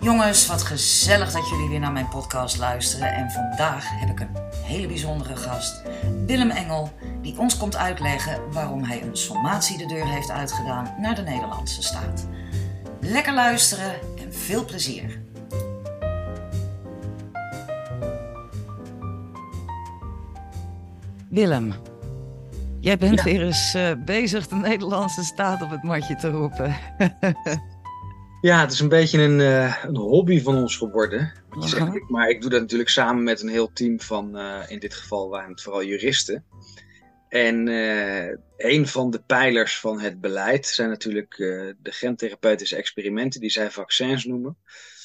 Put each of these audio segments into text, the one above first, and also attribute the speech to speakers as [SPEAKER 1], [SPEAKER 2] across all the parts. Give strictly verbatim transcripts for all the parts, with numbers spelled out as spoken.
[SPEAKER 1] Jongens, wat gezellig dat jullie weer naar mijn podcast luisteren. En vandaag heb ik een hele bijzondere gast, Willem Engel, die ons komt uitleggen waarom hij een sommatie de deur heeft uitgedaan naar de Nederlandse staat. Lekker luisteren en veel plezier. Willem, jij bent ja. weer eens uh, bezig de Nederlandse staat op het matje te roepen.
[SPEAKER 2] Ja, het is een beetje een, uh, een hobby van ons geworden. Uh-huh. Zeg ik, maar ik doe dat natuurlijk samen met een heel team van, uh, in dit geval waren het vooral juristen. En uh, een van de pijlers van het beleid zijn natuurlijk uh, de gentherapeutische experimenten die zij vaccins noemen.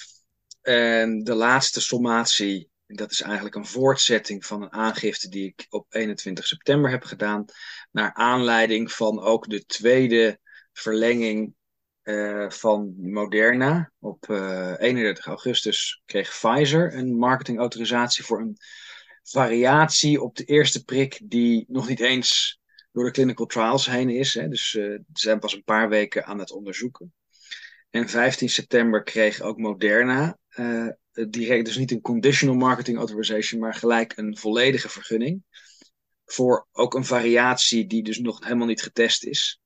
[SPEAKER 2] Uh, de laatste sommatie, dat is eigenlijk een voortzetting van een aangifte die ik op eenentwintig september heb gedaan. Naar aanleiding van ook de tweede verlenging Uh, van Moderna. Op uh, eenendertig augustus kreeg Pfizer een marketingautorisatie voor een variatie op de eerste prik die nog niet eens door de clinical trials heen is. Hè. Dus uh, ze zijn pas een paar weken aan het onderzoeken. En vijftien september kreeg ook Moderna uh, direct, dus niet een conditional marketing authorization, maar gelijk een volledige vergunning voor ook een variatie die dus nog helemaal niet getest is.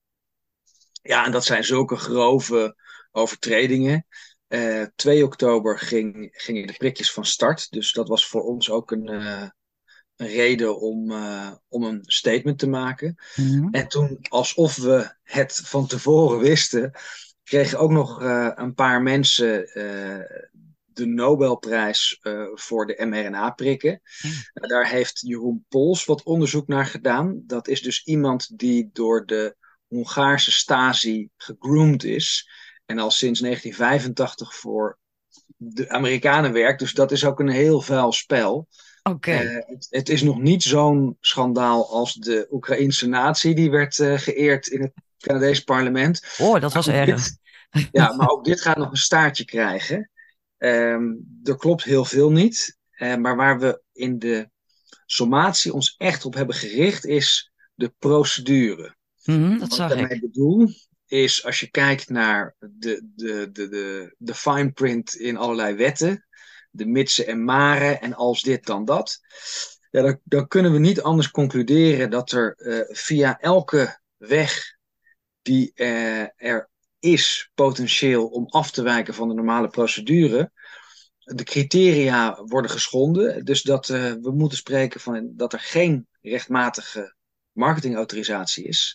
[SPEAKER 2] Ja, en dat zijn zulke grove overtredingen. Uh, twee oktober ging, gingen de prikjes van start. Dus dat was voor ons ook een, uh, een reden om, uh, om een statement te maken. Mm-hmm. En toen, alsof we het van tevoren wisten, kregen ook nog uh, een paar mensen uh, de Nobelprijs uh, voor de mRNA-prikken. Mm. Uh, daar heeft Jeroen Pols wat onderzoek naar gedaan. Dat is dus iemand die door de Hongaarse Stasi gegroomd is. En al sinds negentien vijfentachtig voor de Amerikanen werkt. Dus dat is ook een heel vuil spel.
[SPEAKER 1] Okay.
[SPEAKER 2] Uh, het, het is nog niet zo'n schandaal als de Oekraïense natie. Die werd uh, geëerd in het Canadese parlement.
[SPEAKER 1] Oh, dat was erg.
[SPEAKER 2] Dit, ja, maar ook dit gaat nog een staartje krijgen. Um, er klopt heel veel niet. Uh, maar waar we in de sommatie ons echt op hebben gericht is de procedure.
[SPEAKER 1] Mm-hmm, dat
[SPEAKER 2] Wat
[SPEAKER 1] zag
[SPEAKER 2] ik daarmee
[SPEAKER 1] ik.
[SPEAKER 2] bedoel is, als je kijkt naar de, de, de, de, de fine print in allerlei wetten, de mitsen en maren en als dit dan dat, ja, dan, dan kunnen we niet anders concluderen dat er uh, via elke weg die uh, er is potentieel om af te wijken van de normale procedure, de criteria worden geschonden. Dus dat uh, we moeten spreken van dat er geen rechtmatige marketingautorisatie is.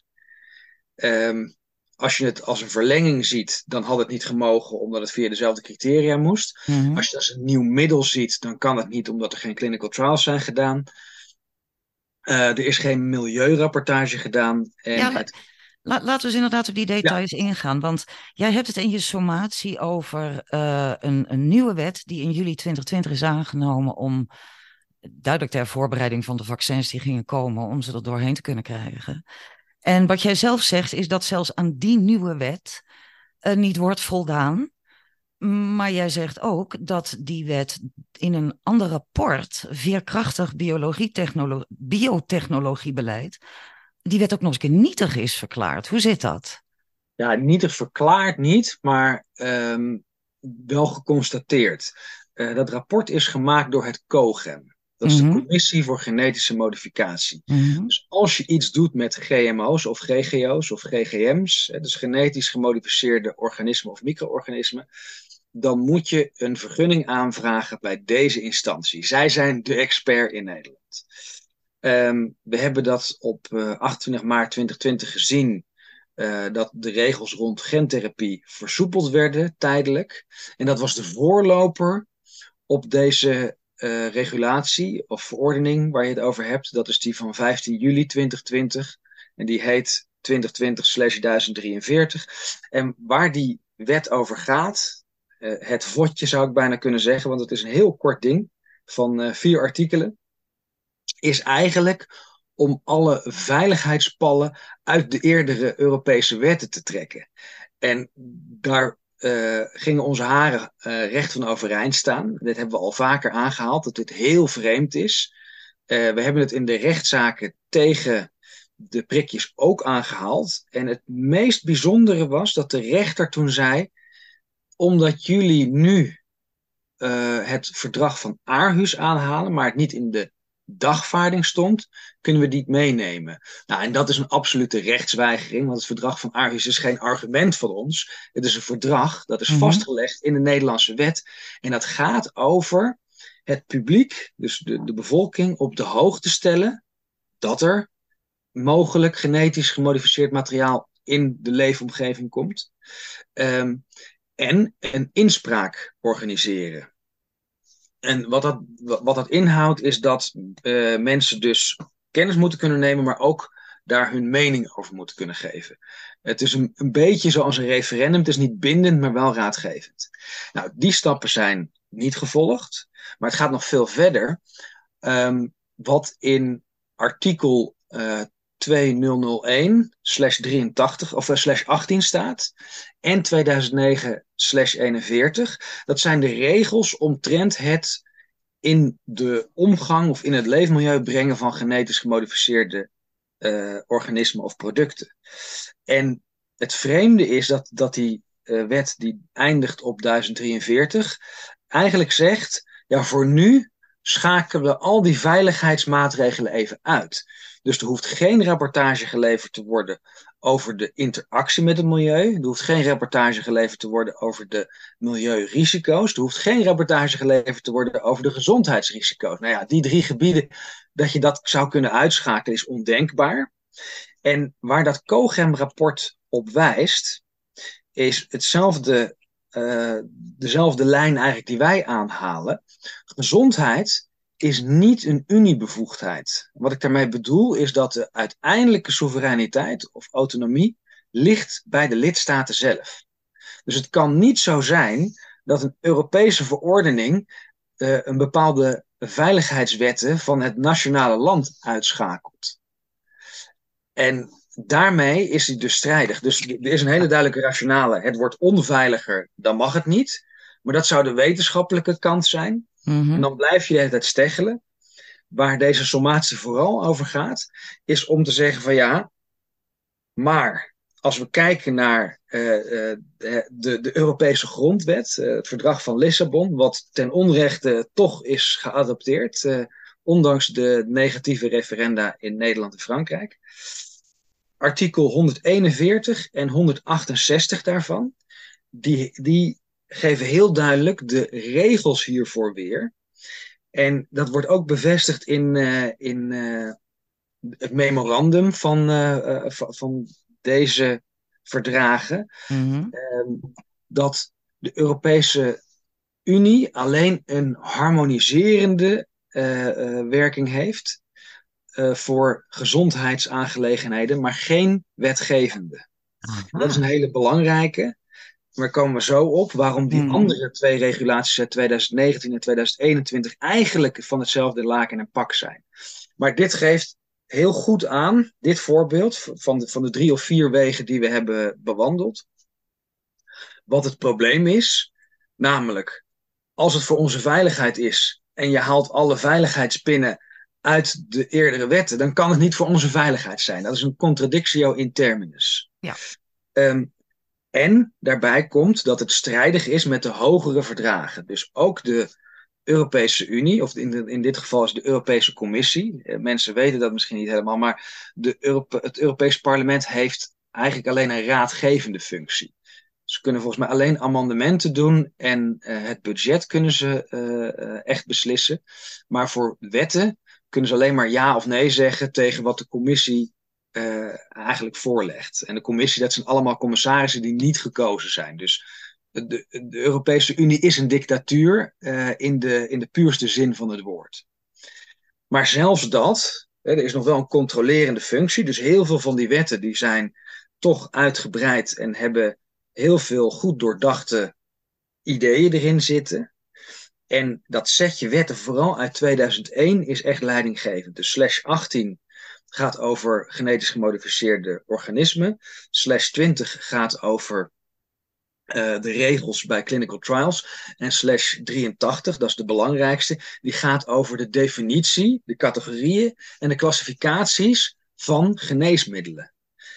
[SPEAKER 2] Um, als je het als een verlenging ziet, dan had het niet gemogen omdat het via dezelfde criteria moest. Mm-hmm. Als je het als een nieuw middel ziet, dan kan het niet omdat er geen clinical trials zijn gedaan. Uh, er is geen milieurapportage gedaan. En
[SPEAKER 1] ja,
[SPEAKER 2] het...
[SPEAKER 1] la- laten we eens inderdaad op die details ja. ingaan. Want jij hebt het in je sommatie over uh, een, een nieuwe wet die in juli twintig twintig is aangenomen om, duidelijk ter voorbereiding van de vaccins die gingen komen, om ze er doorheen te kunnen krijgen. En wat jij zelf zegt is dat zelfs aan die nieuwe wet uh, niet wordt voldaan. Maar jij zegt ook dat die wet in een ander rapport, veerkrachtig biologie-technolo- biotechnologiebeleid, die wet ook nog eens een keer nietig is verklaard. Hoe zit dat?
[SPEAKER 2] Ja, nietig verklaard niet, maar um, wel geconstateerd. Uh, dat rapport is gemaakt door het COGEM. Dat is mm-hmm. de Commissie voor Genetische Modificatie. Mm-hmm. Dus als je iets doet met G M O's of G G O's of G G M's, dus genetisch gemodificeerde organismen of micro-organismen, dan moet je een vergunning aanvragen bij deze instantie. Zij zijn de expert in Nederland. Um, we hebben dat op uh, achtentwintig maart twintig twintig gezien, uh, dat de regels rond gentherapie versoepeld werden tijdelijk. En dat was de voorloper op deze Uh, regulatie of verordening waar je het over hebt. Dat is die van vijftien juli twintig twintig. En die heet twintig twintig slash duizend drieënveertig. En waar die wet over gaat, uh, het vodje zou ik bijna kunnen zeggen, want het is een heel kort ding van uh, vier artikelen, is eigenlijk om alle veiligheidspallen uit de eerdere Europese wetten te trekken. En daar Uh, gingen onze haren uh, recht van overeind staan. Dit hebben we al vaker aangehaald, dat dit heel vreemd is. Uh, we hebben het in de rechtszaken tegen de prikjes ook aangehaald. En het meest bijzondere was dat de rechter toen zei, omdat jullie nu uh, het verdrag van Aarhus aanhalen, maar het niet in de dagvaarding stond, kunnen we die meenemen. Nou, en dat is een absolute rechtsweigering, want het verdrag van Aarhus is geen argument van ons. Het is een verdrag dat is mm-hmm. vastgelegd in de Nederlandse wet. En dat gaat over het publiek, dus de, de bevolking, op de hoogte stellen dat er mogelijk genetisch gemodificeerd materiaal in de leefomgeving komt. Um, en een inspraak organiseren. En wat dat, wat dat inhoudt is dat uh, mensen dus kennis moeten kunnen nemen, maar ook daar hun mening over moeten kunnen geven. Het is een, een beetje zoals een referendum. Het is niet bindend, maar wel raadgevend. Nou, die stappen zijn niet gevolgd, maar het gaat nog veel verder. Um, wat in artikel uh, tweeduizend één drieëntachtig of uh, slash achttien staat en tweeduizend negen eenenveertig. Dat zijn de regels omtrent het in de omgang of in het leefmilieu brengen van genetisch gemodificeerde uh, organismen of producten. En het vreemde is dat, dat die uh, wet die eindigt op duizend drieënveertig eigenlijk zegt, ja, voor nu schakelen we al die veiligheidsmaatregelen even uit. Dus er hoeft geen rapportage geleverd te worden over de interactie met het milieu. Er hoeft geen rapportage geleverd te worden over de milieurisico's. Er hoeft geen rapportage geleverd te worden over de gezondheidsrisico's. Nou ja, die drie gebieden, dat je dat zou kunnen uitschakelen, is ondenkbaar. En waar dat Cogem-rapport op wijst, is hetzelfde, uh, dezelfde lijn eigenlijk die wij aanhalen. Gezondheid is niet een uniebevoegdheid. Wat ik daarmee bedoel is dat de uiteindelijke soevereiniteit of autonomie ligt bij de lidstaten zelf. Dus het kan niet zo zijn dat een Europese verordening uh, een bepaalde veiligheidswetten van het nationale land uitschakelt. En daarmee is die dus strijdig. Dus er is een hele duidelijke rationale. Het wordt onveiliger, dan mag het niet. Maar dat zou de wetenschappelijke kant zijn. Mm-hmm. En dan blijf je de hele tijd steggelen. Waar deze sommatie vooral over gaat, is om te zeggen van ja, maar als we kijken naar uh, uh, de, de Europese grondwet, uh, het verdrag van Lissabon, wat ten onrechte toch is geadopteerd, uh, ondanks de negatieve referenda in Nederland en Frankrijk. Artikel honderdeenenveertig en honderdachtenzestig daarvan, die, die geven heel duidelijk de regels hiervoor weer. En dat wordt ook bevestigd in, uh, in uh, het memorandum van, uh, uh, van, van deze verdragen. Mm-hmm. Uh, dat de Europese Unie alleen een harmoniserende uh, uh, werking heeft uh, voor gezondheidsaangelegenheden, maar geen wetgevende. Dat is een hele belangrijke. Maar komen we zo op waarom die hmm. andere twee regulaties uit tweeduizend negentien en tweeduizend eenentwintig eigenlijk van hetzelfde laken en pak zijn. Maar dit geeft heel goed aan, dit voorbeeld van de, van de drie of vier wegen die we hebben bewandeld, wat het probleem is. Namelijk, als het voor onze veiligheid is en je haalt alle veiligheidspinnen uit de eerdere wetten, dan kan het niet voor onze veiligheid zijn. Dat is een contradictio in terminus.
[SPEAKER 1] Ja.
[SPEAKER 2] Um, En daarbij komt dat het strijdig is met de hogere verdragen. Dus ook de Europese Unie, of in, de, in dit geval is de Europese Commissie. Eh, mensen weten dat misschien niet helemaal, maar de Europe, het Europees Parlement heeft eigenlijk alleen een raadgevende functie. Ze kunnen volgens mij alleen amendementen doen en uh, het budget kunnen ze uh, uh, echt beslissen. Maar voor wetten kunnen ze alleen maar ja of nee zeggen tegen wat de Commissie Uh, eigenlijk voorlegt. En de commissie, dat zijn allemaal commissarissen die niet gekozen zijn. Dus de, de Europese Unie is een dictatuur uh, in, de, in de puurste zin van het woord. Maar zelfs dat, hè, er is nog wel een controlerende functie. Dus heel veel van die wetten die zijn toch uitgebreid en hebben heel veel goed doordachte ideeën erin zitten. En dat setje wetten, vooral uit tweeduizend één, is echt leidinggevend. Dus slash achttien gaat over genetisch gemodificeerde organismen. Slash twintig gaat over uh, de regels bij clinical trials. En slash drieëntachtig, dat is de belangrijkste, die gaat over de definitie, de categorieën en de klassificaties van geneesmiddelen.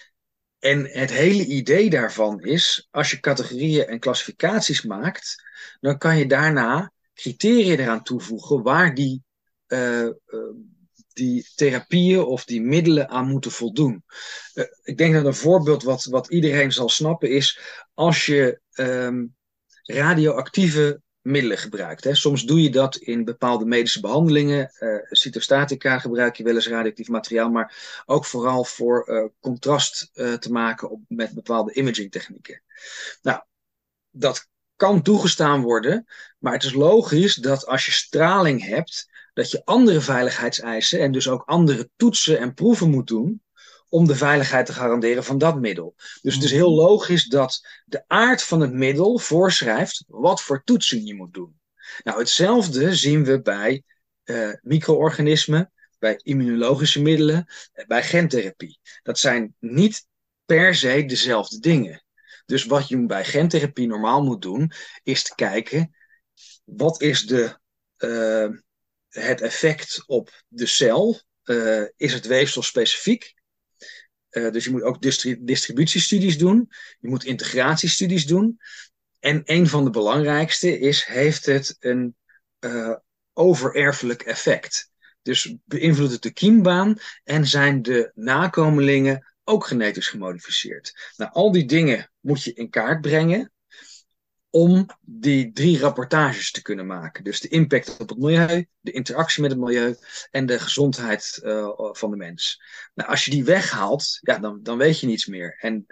[SPEAKER 2] En het hele idee daarvan is, als je categorieën en klassificaties maakt, dan kan je daarna criteria eraan toevoegen waar die, uh, uh, die therapieën of die middelen aan moeten voldoen. Uh, ik denk dat een voorbeeld wat, wat iedereen zal snappen is als je um, radioactieve middelen gebruikt. Hè. Soms doe je dat in bepaalde medische behandelingen. Uh, cytostatica gebruik je wel eens radioactief materiaal, maar ook vooral voor uh, contrast uh, te maken op, met bepaalde imagingtechnieken. Nou, dat kan toegestaan worden, maar het is logisch dat als je straling hebt, dat je andere veiligheidseisen en dus ook andere toetsen en proeven moet doen om de veiligheid te garanderen van dat middel. Dus het is heel logisch dat de aard van het middel voorschrijft wat voor toetsing je moet doen. Nou, hetzelfde zien we bij uh, micro-organismen, bij immunologische middelen, bij gentherapie. Dat zijn niet per se dezelfde dingen. Dus wat je bij gentherapie normaal moet doen, is te kijken, wat is de, uh, het effect op de cel? Uh, is het weefsel specifiek? Uh, dus je moet ook distri- distributiestudies doen. Je moet integratiestudies doen. En een van de belangrijkste is, heeft het een uh, overerfelijk effect? Dus beïnvloedt het de kiembaan en zijn de nakomelingen ook genetisch gemodificeerd? Nou, al die dingen moet je in kaart brengen om die drie rapportages te kunnen maken. Dus de impact op het milieu, de interactie met het milieu en de gezondheid uh, van de mens. Nou, als je die weghaalt, ja, dan, dan weet je niets meer. En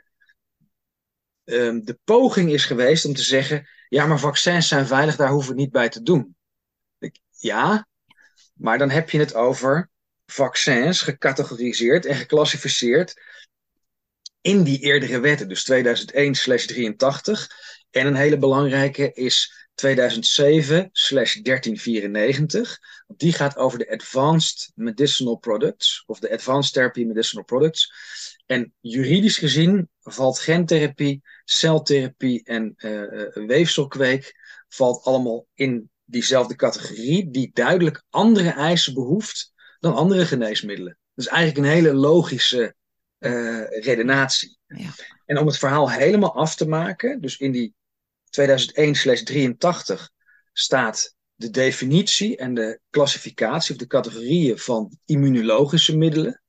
[SPEAKER 2] um, de poging is geweest om te zeggen, ja, maar vaccins zijn veilig, daar hoeven we het niet bij te doen. Ik, ja, maar dan heb je het over vaccins gecategoriseerd en geclassificeerd in die eerdere wetten, dus tweeduizend één drieëntachtig. En een hele belangrijke is tweeduizend zeven dertien vierennegentig. Die gaat over de Advanced Medicinal Products, of de Advanced Therapy Medicinal Products. En juridisch gezien valt gentherapie, celtherapie en uh, weefselkweek valt allemaal in diezelfde categorie, die duidelijk andere eisen behoeft dan andere geneesmiddelen. Dat is eigenlijk een hele logische uh, redenatie. Ja. En om het verhaal helemaal af te maken, dus in die tweeduizend één drieëntachtig staat de definitie en de klassificatie of de categorieën van immunologische middelen.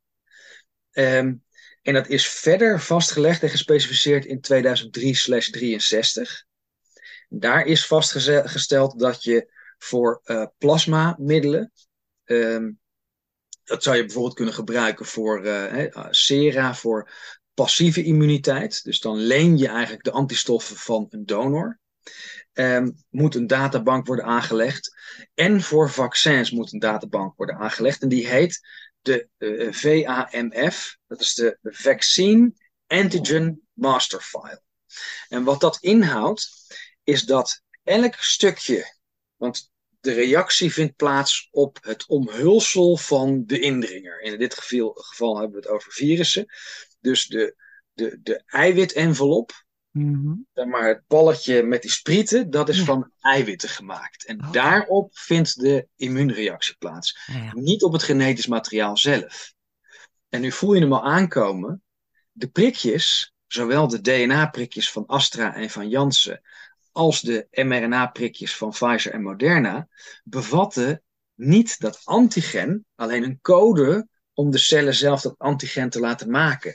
[SPEAKER 2] Um, en dat is verder vastgelegd en gespecificeerd in tweeduizend drie drieënzestig. Daar is vastgesteld dat je voor uh, plasmamiddelen, um, dat zou je bijvoorbeeld kunnen gebruiken voor uh, sera, voor passieve immuniteit. Dus dan leen je eigenlijk de antistoffen van een donor. Um, moet een databank worden aangelegd. En voor vaccins moet een databank worden aangelegd. En die heet de uh, V A M F. Dat is de Vaccine Antigen Master File. En wat dat inhoudt, is dat elk stukje, want de reactie vindt plaats op het omhulsel van de indringer. In dit geval, geval hebben we het over virussen. Dus de, de, de eiwit-envelop, mm-hmm. maar het balletje met die sprieten, dat is ja. van eiwitten gemaakt. En okay. daarop vindt de immuunreactie plaats. Ja, ja. Niet op het genetisch materiaal zelf. En nu voel je hem al aankomen. De prikjes, zowel de D N A-prikjes van Astra en van Janssen, als de M R N A-prikjes van Pfizer en Moderna, bevatten niet dat antigen, alleen een code om de cellen zelf dat antigen te laten maken.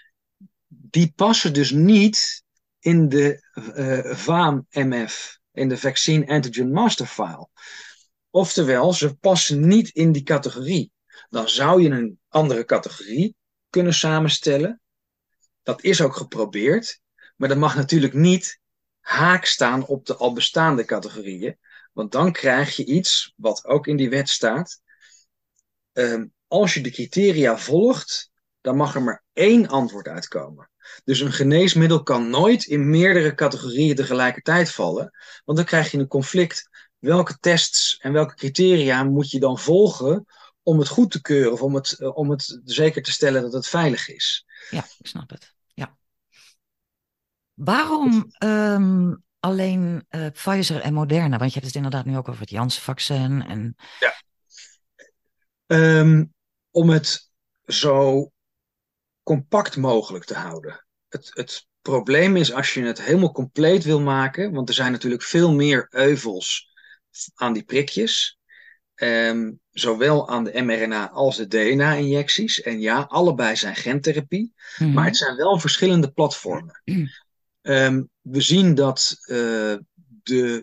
[SPEAKER 2] Die passen dus niet in de uh, V A M M F, in de Vaccine Antigen Master File. Oftewel, ze passen niet in die categorie. Dan zou je een andere categorie kunnen samenstellen. Dat is ook geprobeerd, maar dat mag natuurlijk niet haak staan op de al bestaande categorieën. Want dan krijg je iets, wat ook in die wet staat. Um, als je de criteria volgt, dan mag er maar één antwoord uitkomen. Dus een geneesmiddel kan nooit in meerdere categorieën tegelijkertijd vallen. Want dan krijg je een conflict. Welke tests en welke criteria moet je dan volgen om het goed te keuren of om het, uh, om het zeker te stellen dat het veilig is?
[SPEAKER 1] Ja, ik snap het. Ja. Waarom um, alleen uh, Pfizer en Moderna? Want je hebt het inderdaad nu ook over het Janssen-vaccin. En...
[SPEAKER 2] Ja. Um, om het zo compact mogelijk te houden. Het, het probleem is als je het helemaal compleet wil maken, want er zijn natuurlijk veel meer euvels aan die prikjes. Um, zowel aan de mRNA als de D N A-injecties. En ja, allebei zijn gentherapie. Mm-hmm. Maar het zijn wel verschillende platformen. Um, we zien dat uh, de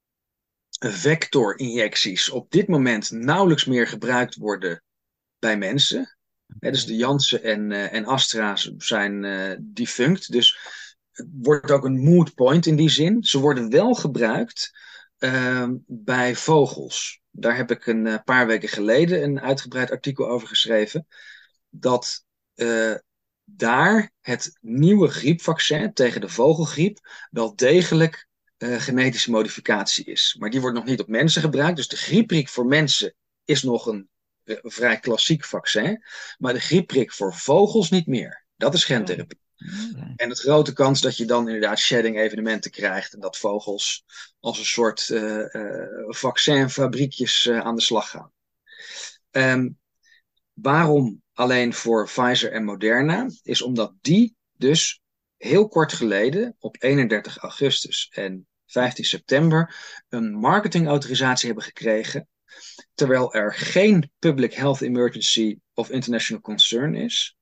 [SPEAKER 2] vectorinjecties op dit moment nauwelijks meer gebruikt worden bij mensen. He, dus de Janssen en, uh, en Astra's zijn uh, defunct. Dus het wordt ook een moot point in die zin. Ze worden wel gebruikt uh, bij vogels. Daar heb ik een uh, paar weken geleden een uitgebreid artikel over geschreven. Dat uh, daar het nieuwe griepvaccin tegen de vogelgriep wel degelijk uh, genetische modificatie is. Maar die wordt nog niet op mensen gebruikt. Dus de griepprik voor mensen is nog een uh, vrij klassiek vaccin. Maar de griepprik voor vogels niet meer. Dat is gentherapie. Okay. En het grote kans dat je dan inderdaad shedding evenementen krijgt. En dat vogels als een soort uh, uh, vaccinfabriekjes uh, aan de slag gaan. Um, waarom alleen voor Pfizer en Moderna? Is omdat die dus heel kort geleden op eenendertig augustus en vijftien september een marketingautorisatie hebben gekregen. Terwijl er geen public health emergency of international concern is.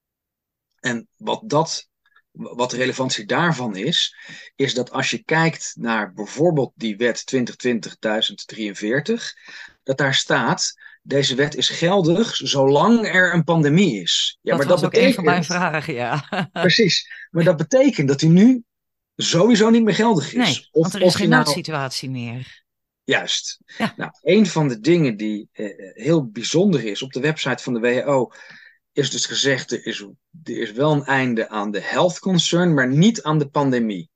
[SPEAKER 2] En wat, dat, wat de relevantie daarvan is, is dat als je kijkt naar bijvoorbeeld die wet twintig twintig duizend drieënveertig, dat daar staat, deze wet is geldig zolang er een pandemie is.
[SPEAKER 1] Ja, dat maar was dat ook betekent, een van mijn vragen, ja.
[SPEAKER 2] Precies, maar dat betekent dat die nu sowieso niet meer geldig is.
[SPEAKER 1] Nee,
[SPEAKER 2] of,
[SPEAKER 1] want er is
[SPEAKER 2] of
[SPEAKER 1] geen
[SPEAKER 2] nou...
[SPEAKER 1] noodsituatie meer.
[SPEAKER 2] Juist.
[SPEAKER 1] Ja.
[SPEAKER 2] Nou, een van de dingen die uh, heel bijzonder is op de website van de W H O, is dus gezegd, er is, er is wel een einde aan de health concern, maar niet aan de pandemie.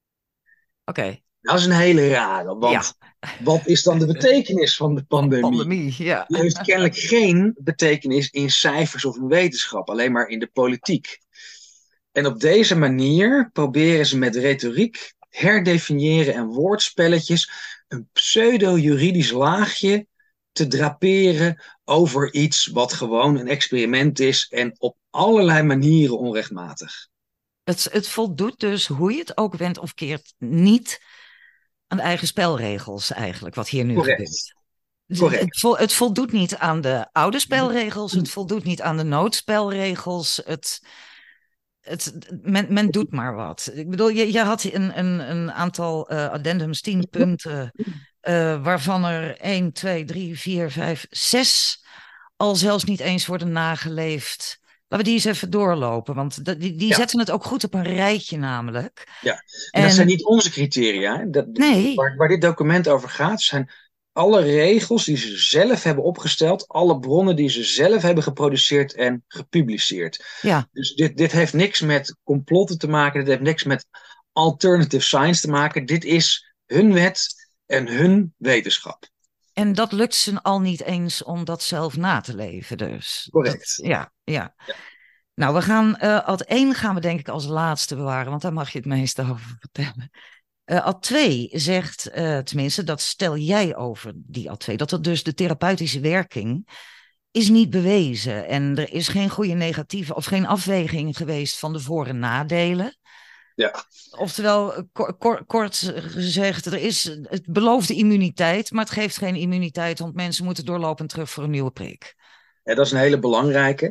[SPEAKER 1] Oké. Okay.
[SPEAKER 2] Dat is een hele rare, want ja. Wat is dan de betekenis van de pandemie?
[SPEAKER 1] Pandemie, ja.
[SPEAKER 2] Die heeft kennelijk geen betekenis in cijfers of in wetenschap, alleen maar in de politiek. En op deze manier proberen ze met retoriek, herdefiniëren en woordspelletjes een pseudo-juridisch laagje te draperen over iets wat gewoon een experiment is en op allerlei manieren onrechtmatig.
[SPEAKER 1] Het, het voldoet dus, hoe je het ook wendt of keert, niet aan de eigen spelregels eigenlijk, wat hier nu
[SPEAKER 2] Correct.
[SPEAKER 1] gebeurt.
[SPEAKER 2] Correct.
[SPEAKER 1] Het, vol, het voldoet niet aan de oude spelregels, het voldoet niet aan de noodspelregels, het... Het, men, men doet maar wat. Ik bedoel, je, je had een, een, een aantal uh, addendums, tien punten, uh, waarvan er één, twee, drie, vier, vijf, zes al zelfs niet eens worden nageleefd. Laten we die eens even doorlopen, want de, die, die ja. zetten het ook goed op een rijtje namelijk.
[SPEAKER 2] Ja, en, en dat zijn niet onze criteria. Dat,
[SPEAKER 1] nee.
[SPEAKER 2] Waar, waar dit document over gaat, zijn alle regels die ze zelf hebben opgesteld, alle bronnen die ze zelf hebben geproduceerd en gepubliceerd.
[SPEAKER 1] Ja.
[SPEAKER 2] Dus dit, dit heeft niks met complotten te maken, dit heeft niks met alternative science te maken. Dit is hun wet en hun wetenschap.
[SPEAKER 1] En dat lukt ze al niet eens om dat zelf na te leven dus.
[SPEAKER 2] Correct.
[SPEAKER 1] Dat, ja, ja, ja. Nou, we gaan, uh, ad één gaan we denk ik als laatste bewaren, want daar mag je het meeste over vertellen. Uh, ad twee zegt, uh, tenminste, dat stel jij over die ad twee, dat er dus de therapeutische werking is niet bewezen. En er is geen goede negatieve of geen afweging geweest van de voor- en nadelen.
[SPEAKER 2] Ja.
[SPEAKER 1] Oftewel, kort, kort, kort gezegd, er is het beloofde immuniteit, maar het geeft geen immuniteit, want mensen moeten doorlopend terug voor een nieuwe prik.
[SPEAKER 2] Ja, dat is een hele belangrijke.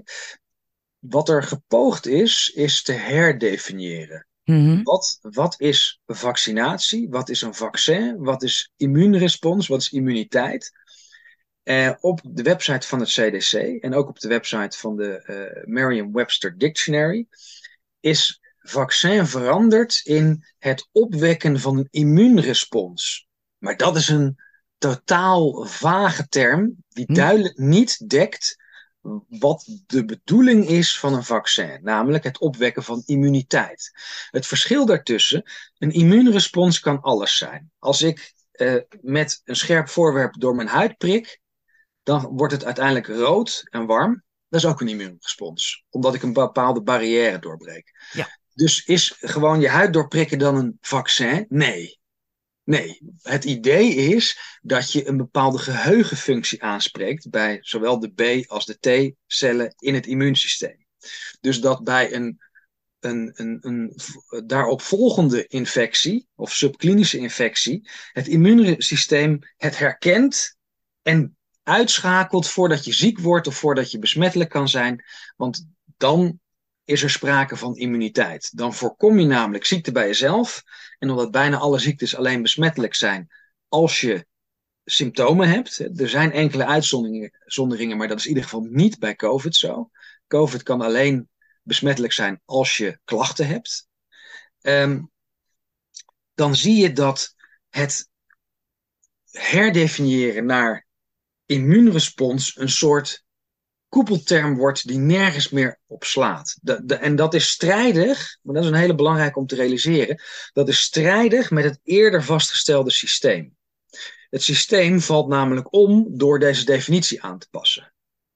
[SPEAKER 2] Wat er gepoogd is, is te herdefiniëren.
[SPEAKER 1] Mm-hmm.
[SPEAKER 2] Wat, wat is vaccinatie? Wat is een vaccin? Wat is immuunrespons? Wat is immuniteit? Uh, op de website van het C D C en ook op de website van de uh, Merriam-Webster Dictionary is vaccin veranderd in het opwekken van een immuunrespons. Maar dat is een totaal vage term die duidelijk niet dekt wat de bedoeling is van een vaccin, namelijk het opwekken van immuniteit. Het verschil daartussen, een immuunrespons kan alles zijn. Als ik uh, met een scherp voorwerp door mijn huid prik, dan wordt het uiteindelijk rood en warm. Dat is ook een immuunrespons, omdat ik een bepaalde barrière doorbreek.
[SPEAKER 1] Ja.
[SPEAKER 2] Dus is gewoon je huid doorprikken dan een vaccin? Nee. Nee, het idee is dat je een bepaalde geheugenfunctie aanspreekt bij zowel de B- als de T-cellen in het immuunsysteem. Dus dat bij een een, een, een daarop volgende infectie of subklinische infectie het immuunsysteem het herkent en uitschakelt voordat je ziek wordt of voordat je besmettelijk kan zijn. Want dan is er sprake van immuniteit. Dan voorkom je namelijk ziekte bij jezelf. En omdat bijna alle ziektes alleen besmettelijk zijn als je symptomen hebt. Er zijn enkele uitzonderingen, maar dat is in ieder geval niet bij COVID zo. COVID kan alleen besmettelijk zijn als je klachten hebt. Um, dan zie je dat het herdefiniëren naar immuunrespons een soort koepelterm wordt die nergens meer op slaat. De, de, en dat is strijdig, maar dat is een hele belangrijke om te realiseren, dat is strijdig met het eerder vastgestelde systeem. Het systeem valt namelijk om door deze definitie aan te passen.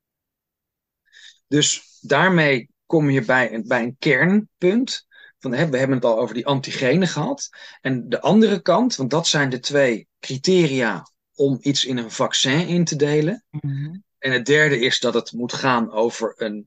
[SPEAKER 2] Dus daarmee kom je bij een, bij een kernpunt. Van, hè, we hebben het al over die antigenen gehad. En de andere kant, want dat zijn de twee criteria om iets in een vaccin in te delen. Mm-hmm. En het derde is dat het moet gaan over een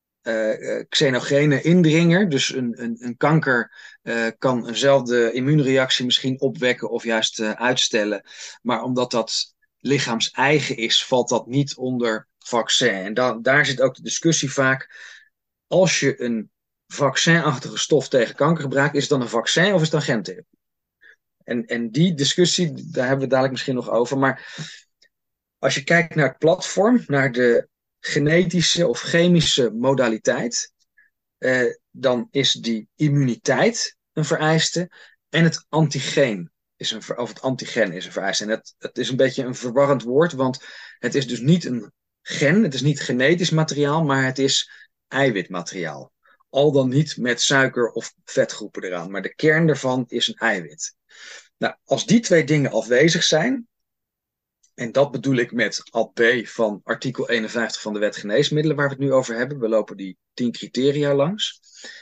[SPEAKER 2] uh, xenogene indringer. Dus een, een, een kanker uh, kan eenzelfde immuunreactie misschien opwekken of juist uh, uitstellen. Maar omdat dat lichaams-eigen is, valt dat niet onder vaccin. En da- daar zit ook de discussie vaak. Als je een vaccinachtige stof tegen kanker gebruikt, is het dan een vaccin of is het dan gentherapie? En, en die discussie, daar hebben we dadelijk misschien nog over. Maar als je kijkt naar het platform, naar de genetische of chemische modaliteit, eh, dan is die immuniteit een vereiste en het antigeen is een, of het antigen is een vereiste. En het, het is een beetje een verwarrend woord, want het is dus niet een gen, het is niet genetisch materiaal, maar het is eiwitmateriaal. Al dan niet met suiker of vetgroepen eraan, maar de kern daarvan is een eiwit. Nou, als die twee dingen afwezig zijn, en dat bedoel ik met ad B van artikel eenenvijftig van de wet geneesmiddelen, waar we het nu over hebben. We lopen die tien criteria langs.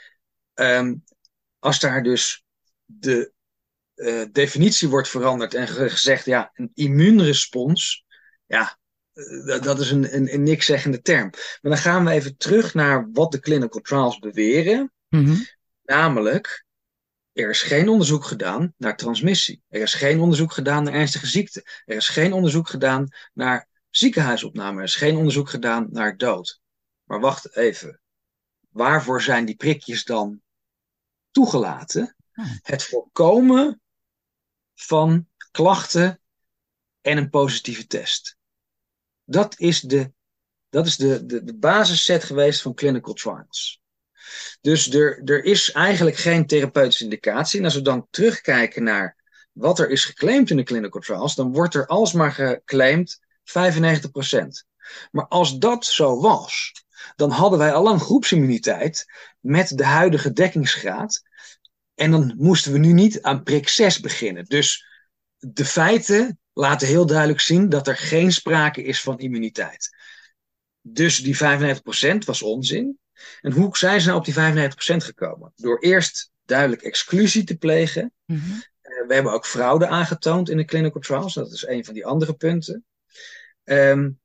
[SPEAKER 2] Um, als daar dus de uh, definitie wordt veranderd en gezegd, ja, een immuunrespons, ja, uh, dat is een, een, een nikszeggende term. Maar dan gaan we even terug naar wat de clinical trials beweren. Mm-hmm. Namelijk, er is geen onderzoek gedaan naar transmissie. Er is geen onderzoek gedaan naar ernstige ziekte. Er is geen onderzoek gedaan naar ziekenhuisopname. Er is geen onderzoek gedaan naar dood. Maar wacht even. Waarvoor zijn die prikjes dan toegelaten? Het voorkomen van klachten en een positieve test. Dat is de, dat is de, de, de basisset geweest van clinical trials. Dus er, er is eigenlijk geen therapeutische indicatie. En als we dan terugkijken naar wat er is geclaimd in de clinical trials, dan wordt er alsmaar geclaimd vijfennegentig procent. Maar als dat zo was, dan hadden wij al een groepsimmuniteit met de huidige dekkingsgraad. En dan moesten we nu niet aan prik zes beginnen. Dus de feiten laten heel duidelijk zien dat er geen sprake is van immuniteit. Dus die vijfennegentig procent was onzin. En hoe zijn ze nou op die vijfennegentig procent gekomen? Door eerst duidelijk exclusie te plegen. Mm-hmm. Uh, we hebben ook fraude aangetoond in de clinical trials. Dat is een van die andere punten. Um,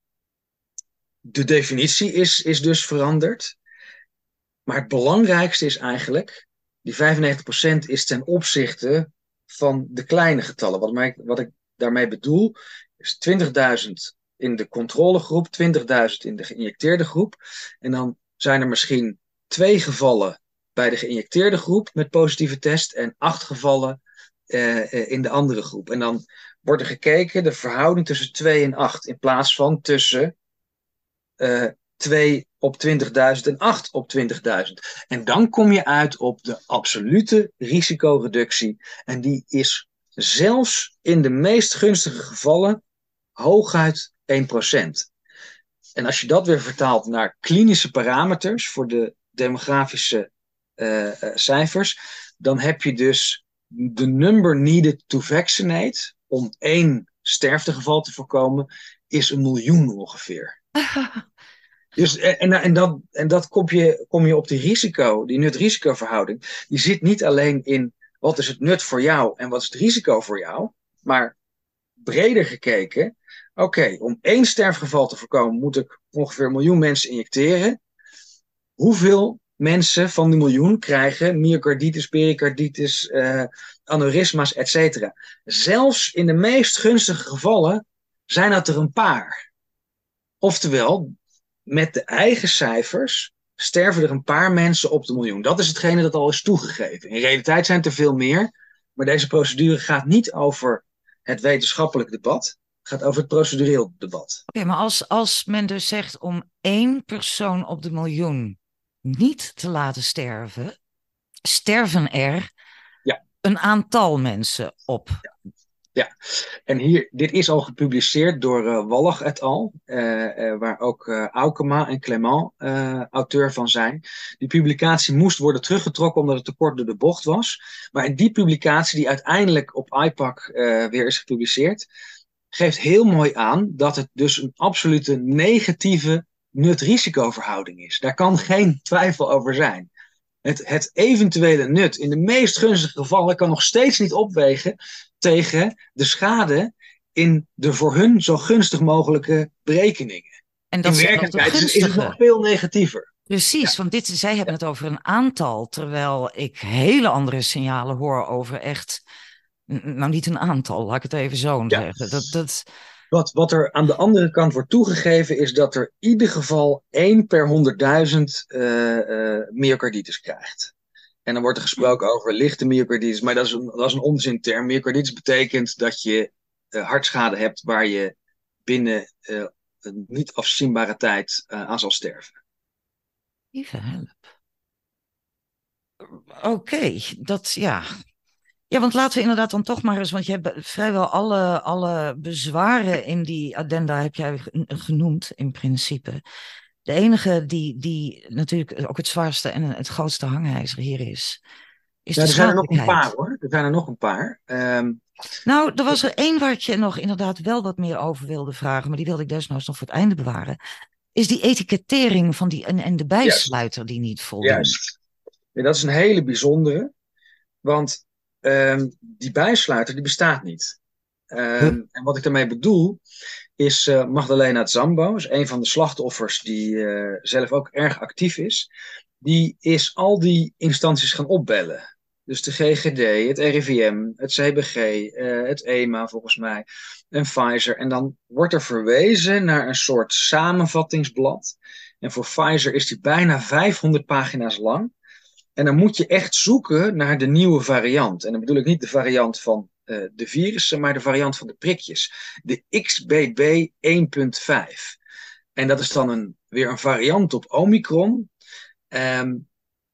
[SPEAKER 2] de definitie is, is dus veranderd. Maar het belangrijkste is eigenlijk, die vijfennegentig procent is ten opzichte van de kleine getallen. Wat, mij, wat ik daarmee bedoel, is twintigduizend in de controlegroep, twintigduizend in de geïnjecteerde groep. En dan zijn er misschien twee gevallen bij de geïnjecteerde groep met positieve test en acht gevallen uh, in de andere groep. En dan wordt er gekeken de verhouding tussen twee en acht in plaats van tussen uh, twee op twintigduizend en acht op twintigduizend. En dan kom je uit op de absolute risicoreductie. En die is zelfs in de meest gunstige gevallen hooguit één procent. En als je dat weer vertaalt naar klinische parameters voor de demografische uh, uh, cijfers, dan heb je dus de number needed to vaccinate om één sterftegeval te voorkomen, is een miljoen ongeveer. Dus, en, en, dat, en dat kom je, kom je op die risico, die nut-risicoverhouding. Die zit niet alleen in wat is het nut voor jou en wat is het risico voor jou, maar breder gekeken. Oké, okay, om één sterfgeval te voorkomen moet ik ongeveer een miljoen mensen injecteren. Hoeveel mensen van de miljoen krijgen myocarditis, pericarditis, uh, aneurysma's, et cetera. Zelfs in de meest gunstige gevallen zijn dat er een paar. Oftewel, met de eigen cijfers sterven er een paar mensen op de miljoen. Dat is hetgene dat al is toegegeven. In realiteit zijn het er veel meer, maar deze procedure gaat niet over het wetenschappelijk debat. Het gaat over het procedureel debat.
[SPEAKER 1] Oké, okay, maar als, als men dus zegt om één persoon op de miljoen niet te laten sterven, sterven er
[SPEAKER 2] ja.
[SPEAKER 1] een aantal mensen op.
[SPEAKER 2] Ja. Ja, en hier, dit is al gepubliceerd door uh, Wallach et al, uh, uh, waar ook uh, Aukema en Clement uh, auteur van zijn. Die publicatie moest worden teruggetrokken omdat het te kort door de bocht was. Maar in die publicatie, die uiteindelijk op I P A C uh, weer is gepubliceerd, geeft heel mooi aan dat het dus een absolute negatieve nut-risicoverhouding is. Daar kan geen twijfel over zijn. Het, het eventuele nut in de meest gunstige gevallen kan nog steeds niet opwegen tegen de schade in de voor hun zo gunstig mogelijke berekeningen.
[SPEAKER 1] En dat
[SPEAKER 2] in werkelijkheid is, is het nog veel negatiever.
[SPEAKER 1] Precies, ja. Want dit, zij hebben ja. het over een aantal, terwijl ik hele andere signalen hoor over echt, nou niet een aantal, laat ik het even zo ja. zeggen. Dat, dat...
[SPEAKER 2] Wat, wat er aan de andere kant wordt toegegeven is dat er in ieder geval één per honderdduizend uh, uh, myocarditis krijgt. En dan wordt er gesproken over lichte myocarditis, maar dat is een, dat is een onzinterm. Myocarditis betekent dat je uh, hartschade hebt waar je binnen uh, een niet afzienbare tijd uh, aan zal sterven.
[SPEAKER 1] Lieve help. Oké, okay, dat ja... Ja, want laten we inderdaad dan toch maar eens, want je hebt vrijwel alle, alle bezwaren in die addenda heb jij genoemd in principe. De enige die, die natuurlijk ook het zwaarste en het grootste hangijzer hier is, is
[SPEAKER 2] ja,
[SPEAKER 1] de
[SPEAKER 2] er zijn er nog een paar hoor, er zijn er nog een paar. Um,
[SPEAKER 1] nou, er was er één waar ik je nog inderdaad wel wat meer over wilde vragen, maar die wilde ik desnoods nog voor het einde bewaren. Is die etikettering van die en, en de bijsluiter yes. die niet voldoet.
[SPEAKER 2] Juist. Ja, dat is een hele bijzondere, want Um, die bijsluiter die bestaat niet. Um, huh? En wat ik daarmee bedoel is uh, Magdalena Zambo, is een van de slachtoffers die uh, zelf ook erg actief is. Die is al die instanties gaan opbellen. Dus de G G D, het R I V M, het C B G, uh, het E M A volgens mij en Pfizer. En dan wordt er verwezen naar een soort samenvattingsblad. En voor Pfizer is die bijna vijfhonderd pagina's lang. En dan moet je echt zoeken naar de nieuwe variant. En dan bedoel ik niet de variant van uh, de virussen, maar de variant van de prikjes. De X B B één punt vijf. En dat is dan een, weer een variant op Omicron. Um,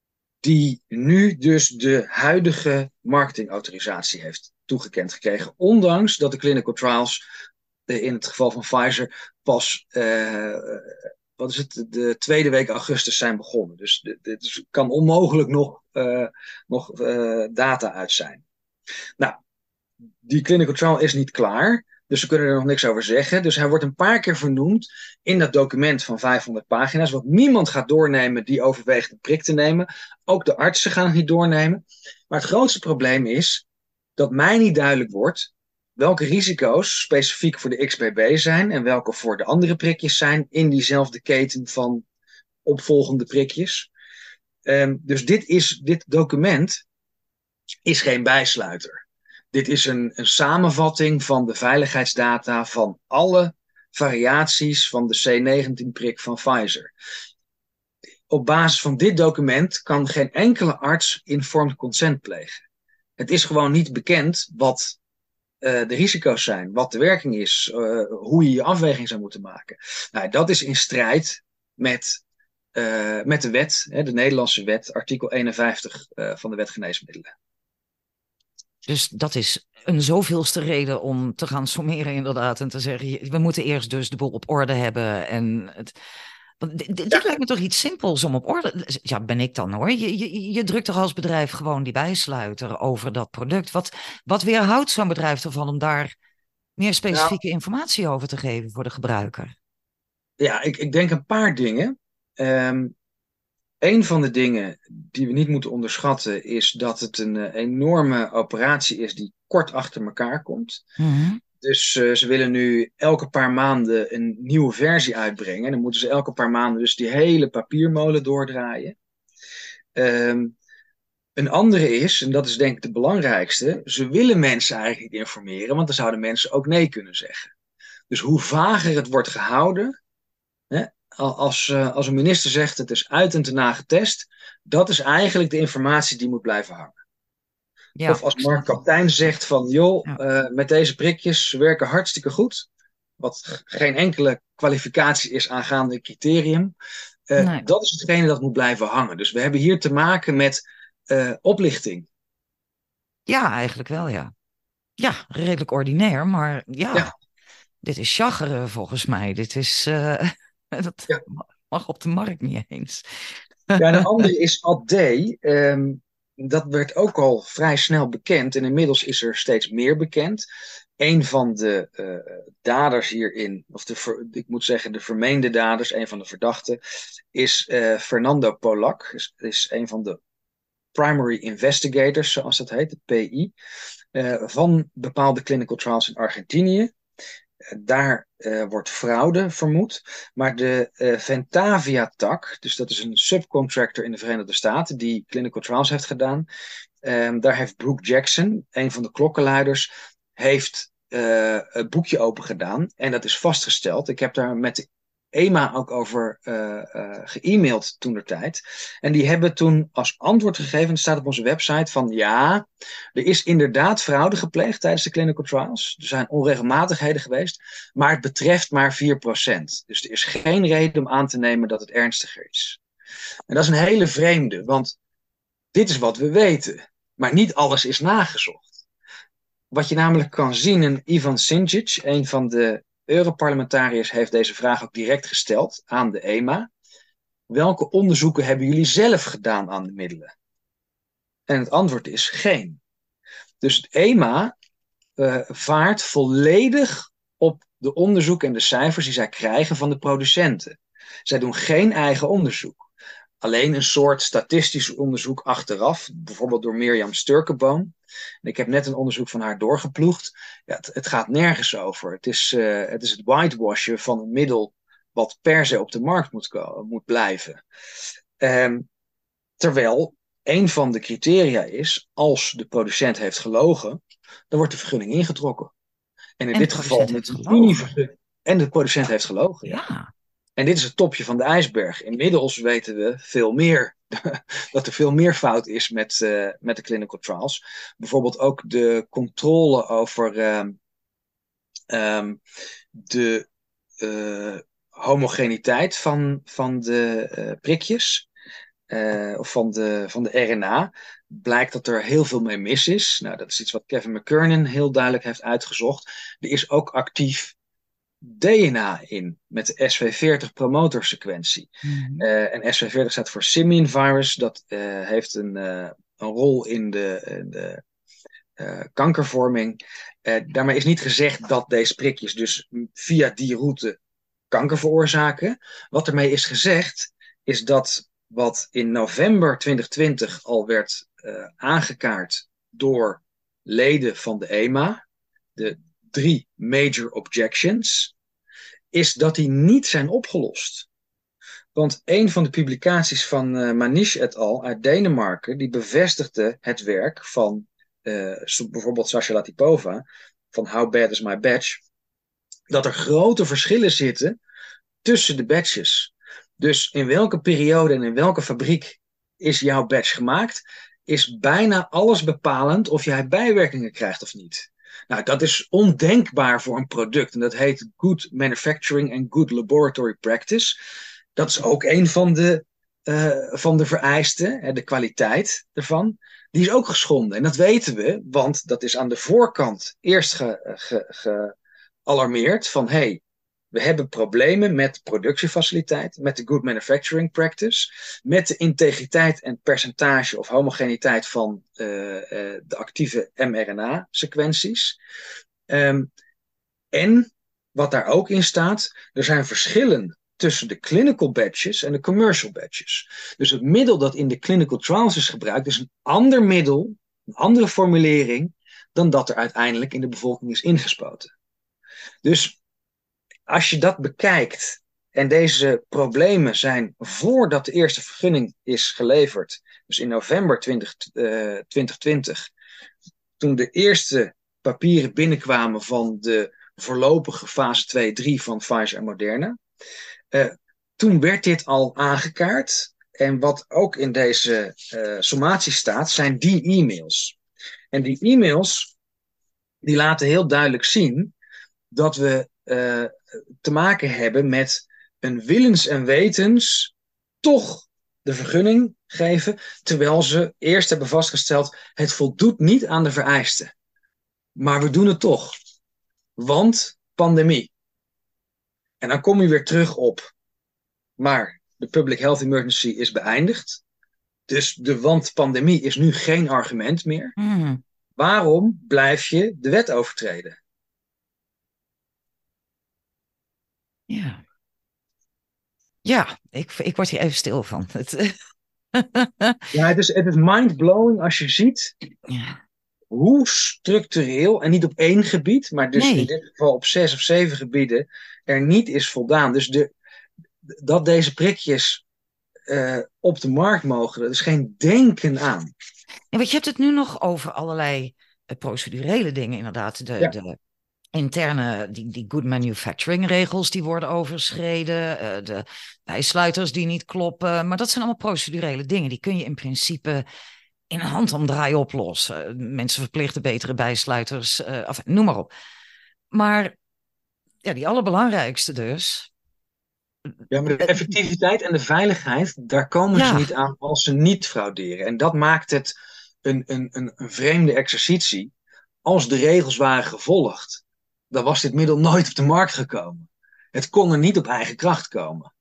[SPEAKER 2] die nu dus de huidige marketingautorisatie heeft toegekend gekregen. Ondanks dat de clinical trials uh, in het geval van Pfizer pas... Uh, wat is het, de tweede week augustus zijn begonnen. Dus er kan onmogelijk nog, uh, nog uh, data uit zijn. Nou, die clinical trial is niet klaar. Dus we kunnen er nog niks over zeggen. Dus hij wordt een paar keer vernoemd in dat document van vijfhonderd pagina's. Wat niemand gaat doornemen die overweegt een prik te nemen. Ook de artsen gaan het niet doornemen. Maar het grootste probleem is dat mij niet duidelijk wordt welke risico's specifiek voor de X B B zijn en welke voor de andere prikjes zijn in diezelfde keten van opvolgende prikjes. Um, dus dit, is, dit document is geen bijsluiter. Dit is een, een samenvatting van de veiligheidsdata van alle variaties van de C negentien prik van Pfizer. Op basis van dit document kan geen enkele arts informed consent plegen. Het is gewoon niet bekend wat Uh, de risico's zijn, wat de werking is, uh, hoe je je afweging zou moeten maken. Nou, dat is in strijd met, uh, met de wet, hè, de Nederlandse wet, artikel eenenvijftig uh, van de wet geneesmiddelen.
[SPEAKER 1] Dus dat is een zoveelste reden om te gaan sommeren inderdaad en te zeggen, we moeten eerst dus de boel op orde hebben en het... Want dit, dit ja. lijkt me toch iets simpels om op orde... Ja, ben ik dan hoor. Je, je, je drukt toch als bedrijf gewoon die bijsluiter over dat product. Wat, wat weerhoudt zo'n bedrijf ervan om daar meer specifieke nou, informatie over te geven voor de gebruiker?
[SPEAKER 2] Ja, ik, ik denk een paar dingen. Um, een van de dingen die we niet moeten onderschatten is dat het een uh, enorme operatie is die kort achter elkaar komt.
[SPEAKER 1] Mm-hmm.
[SPEAKER 2] Dus uh, ze willen nu elke paar maanden een nieuwe versie uitbrengen. En dan moeten ze elke paar maanden dus die hele papiermolen doordraaien. Um, een andere is, en dat is denk ik de belangrijkste, ze willen mensen eigenlijk niet informeren, want dan zouden mensen ook nee kunnen zeggen. Dus hoe vager het wordt gehouden, hè, als, uh, als een minister zegt het is uit en te na getest, dat is eigenlijk de informatie die moet blijven hangen.
[SPEAKER 1] Ja,
[SPEAKER 2] of als Mark Kaptein zegt van, joh, ja. uh, met deze prikjes, ze werken hartstikke goed, wat geen enkele kwalificatie is aangaande criterium. Uh, nee. Dat is hetgene dat moet blijven hangen. Dus we hebben hier te maken met uh, oplichting.
[SPEAKER 1] Ja, eigenlijk wel, ja. Ja, redelijk ordinair, maar ja, ja. Dit is chageren volgens mij. Dit is, uh, dat ja. mag op de markt niet eens.
[SPEAKER 2] Ja, de andere is Ad D. Um, dat werd ook al vrij snel bekend en inmiddels is er steeds meer bekend. Een van de uh, daders hierin, of de ver, ik moet zeggen de vermeende daders, een van de verdachten, is uh, Fernando Polak. Is, is een van de primary investigators, zoals dat heet, de P I, uh, van bepaalde clinical trials in Argentinië. Uh, daar uh, wordt fraude vermoed, maar de uh, Ventavia-tak, dus dat is een subcontractor in de Verenigde Staten die clinical trials heeft gedaan, um, daar heeft Brooke Jackson, een van de klokkenluiders, heeft uh, een boekje open gedaan en dat is vastgesteld. Ik heb daar met de E M A ook over uh, uh, ge-mailed toentertijd. En die hebben toen als antwoord gegeven, het staat op onze website, van ja, er is inderdaad fraude gepleegd tijdens de clinical trials. Er zijn onregelmatigheden geweest, maar het betreft maar vier procent. Dus er is geen reden om aan te nemen dat het ernstiger is. En dat is een hele vreemde, want dit is wat we weten. Maar niet alles is nagezocht. Wat je namelijk kan zien, en Ivan Sinčić, een van de Europarlementariërs, heeft deze vraag ook direct gesteld aan de E M A. Welke onderzoeken hebben jullie zelf gedaan aan de middelen? En het antwoord is geen. Dus het E M A uh, vaart volledig op de onderzoeken en de cijfers die zij krijgen van de producenten. Zij doen geen eigen onderzoek. Alleen een soort statistisch onderzoek achteraf, bijvoorbeeld door Mirjam Sturkenboom. En ik heb net een onderzoek van haar doorgeploegd. Ja, het, het gaat nergens over. Het is, uh, het is het whitewashen van een middel wat per se op de markt moet, ko- moet blijven. Um, terwijl een van de criteria is, als de producent heeft gelogen, dan wordt de vergunning ingetrokken. En in en dit geval met een Univergunning. En de producent heeft gelogen. Ja. ja. En dit is het topje van de ijsberg. Inmiddels weten we veel meer, dat er veel meer fout is met, uh, met de clinical trials. Bijvoorbeeld ook de controle over um, um, de uh, homogeniteit van, van de uh, prikjes. Uh, of van de, van de R N A. Blijkt dat er heel veel mee mis is. Nou, dat is iets wat Kevin McKernan heel duidelijk heeft uitgezocht. Er is ook actief D N A in met de S V veertig promotorsequentie. Mm-hmm. Uh, en S V veertig staat voor simian virus. Dat uh, heeft een, uh, een rol in de, in de uh, kankervorming. Uh, daarmee is niet gezegd dat deze prikjes dus via die route kanker veroorzaken. Wat ermee is gezegd is dat wat in november twintig twintig al werd uh, aangekaart door leden van de E M A, de drie major objections, is dat die niet zijn opgelost. Want een van de publicaties van uh, Manish et al. Uit Denemarken, die bevestigde het werk van uh, bijvoorbeeld Sasha Latipova, van How Bad is My Batch, dat er grote verschillen zitten tussen de batches. Dus in welke periode en in welke fabriek is jouw batch gemaakt, is bijna alles bepalend of jij bijwerkingen krijgt of niet. Nou, dat is ondenkbaar voor een product. En dat heet Good Manufacturing and Good Laboratory Practice. Dat is ook een van de, uh, van de vereisten, hè, de kwaliteit ervan. Die is ook geschonden. En dat weten we, want dat is aan de voorkant eerst gealarmeerd. Ge, ge van, hé, hey, we hebben problemen met de productiefaciliteit, met de Good Manufacturing Practice, met de integriteit en percentage of homogeniteit van uh, uh, de actieve mRNA-sequenties. Um, en wat daar ook in staat, er zijn verschillen tussen de clinical batches en de commercial batches. Dus het middel dat in de clinical trials is gebruikt, is een ander middel, een andere formulering, dan dat er uiteindelijk in de bevolking is ingespoten. Dus als je dat bekijkt En deze problemen zijn voordat de eerste vergunning is geleverd, dus in november twintig, uh, twintig twintig, toen de eerste papieren binnenkwamen van de voorlopige fase twee drie van Pfizer en Moderna. Uh, toen werd dit al aangekaart. En wat ook in deze uh, sommatie staat, zijn die e-mails. En die e-mails, die laten heel duidelijk zien dat we uh, te maken hebben met een willens en wetens toch de vergunning geven, terwijl ze eerst hebben vastgesteld, het voldoet niet aan de vereisten. Maar we doen het toch. Want pandemie. En dan kom je weer terug op, maar de public health emergency is beëindigd. Dus de want pandemie is nu geen argument meer.
[SPEAKER 1] Mm.
[SPEAKER 2] Waarom blijf je de wet overtreden?
[SPEAKER 1] Ja. Ja, ik, ik word hier even stil van.
[SPEAKER 2] Ja, het is, het is mind-blowing als je ziet
[SPEAKER 1] ja.
[SPEAKER 2] hoe structureel, en niet op één gebied, maar dus
[SPEAKER 1] nee.
[SPEAKER 2] in dit geval op zes of zeven gebieden, er niet is voldaan. Dus de, dat deze prikjes uh, op de markt mogen, dat is geen denken aan.
[SPEAKER 1] En weet je, hebt het nu nog over allerlei uh, procedurele dingen, inderdaad. De, ja. de interne, die, die good manufacturing regels die worden overschreden, uh, de bijsluiters die niet kloppen. Maar dat zijn allemaal procedurele dingen. Die kun je in principe in een handomdraai oplossen. Mensen verplichten betere bijsluiters, uh, of, noem maar op. Maar ja, die allerbelangrijkste dus.
[SPEAKER 2] Ja, maar de effectiviteit en de veiligheid, daar komen ja. ze niet aan als ze niet frauderen. En dat maakt het een, een, een, een vreemde exercitie. Als de regels waren gevolgd, dan was dit middel nooit op de markt gekomen. Het kon er niet op eigen kracht komen.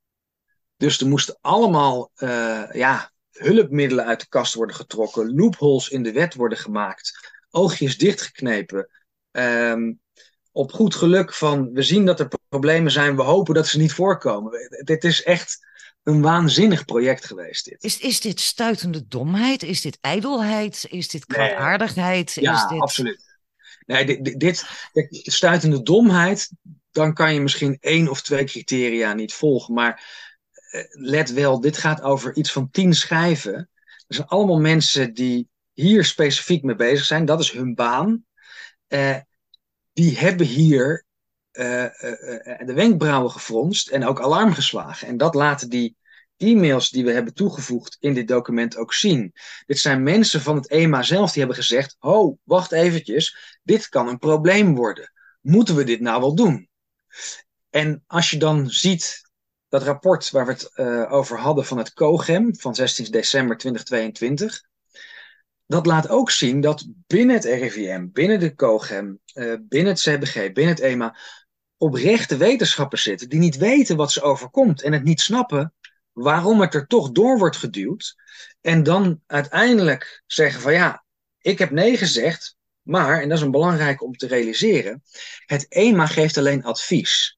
[SPEAKER 2] Dus er moesten allemaal uh, ja, hulpmiddelen uit de kast worden getrokken, loopholes in de wet worden gemaakt, oogjes dichtgeknepen. Um, op goed geluk van, we zien dat er problemen zijn, we hopen dat ze niet voorkomen. Dit is echt een waanzinnig project geweest, dit.
[SPEAKER 1] Is, is dit stuitende domheid? Is dit ijdelheid? Is dit kwaadaardigheid?
[SPEAKER 2] Nee. Ja,
[SPEAKER 1] is dit...
[SPEAKER 2] absoluut. Nee, dit, dit, dit stuitende domheid, dan kan je misschien één of twee criteria niet volgen. Maar uh, let wel, dit gaat over iets van tien schijven. Er zijn allemaal mensen die hier specifiek mee bezig zijn. Dat is hun baan. Uh, die hebben hier uh, uh, uh, de wenkbrauwen gefronst en ook alarm geslagen. En dat laten die e-mails die we hebben toegevoegd in dit document ook zien. Dit zijn mensen van het E M A zelf die hebben gezegd, ho, wacht eventjes, dit kan een probleem worden. Moeten we dit nou wel doen? En als je dan ziet dat rapport waar we het uh, over hadden van het COGEM van zestien december tweeduizend tweeëntwintig... dat laat ook zien dat binnen het R I V M, binnen de COGEM, uh, binnen het C B G, binnen het E M A, oprechte wetenschappers zitten die niet weten wat ze overkomt en het niet snappen waarom het er toch door wordt geduwd. En dan uiteindelijk zeggen van ja, ik heb nee gezegd, maar, en dat is een belangrijk om te realiseren, het E M A geeft alleen advies.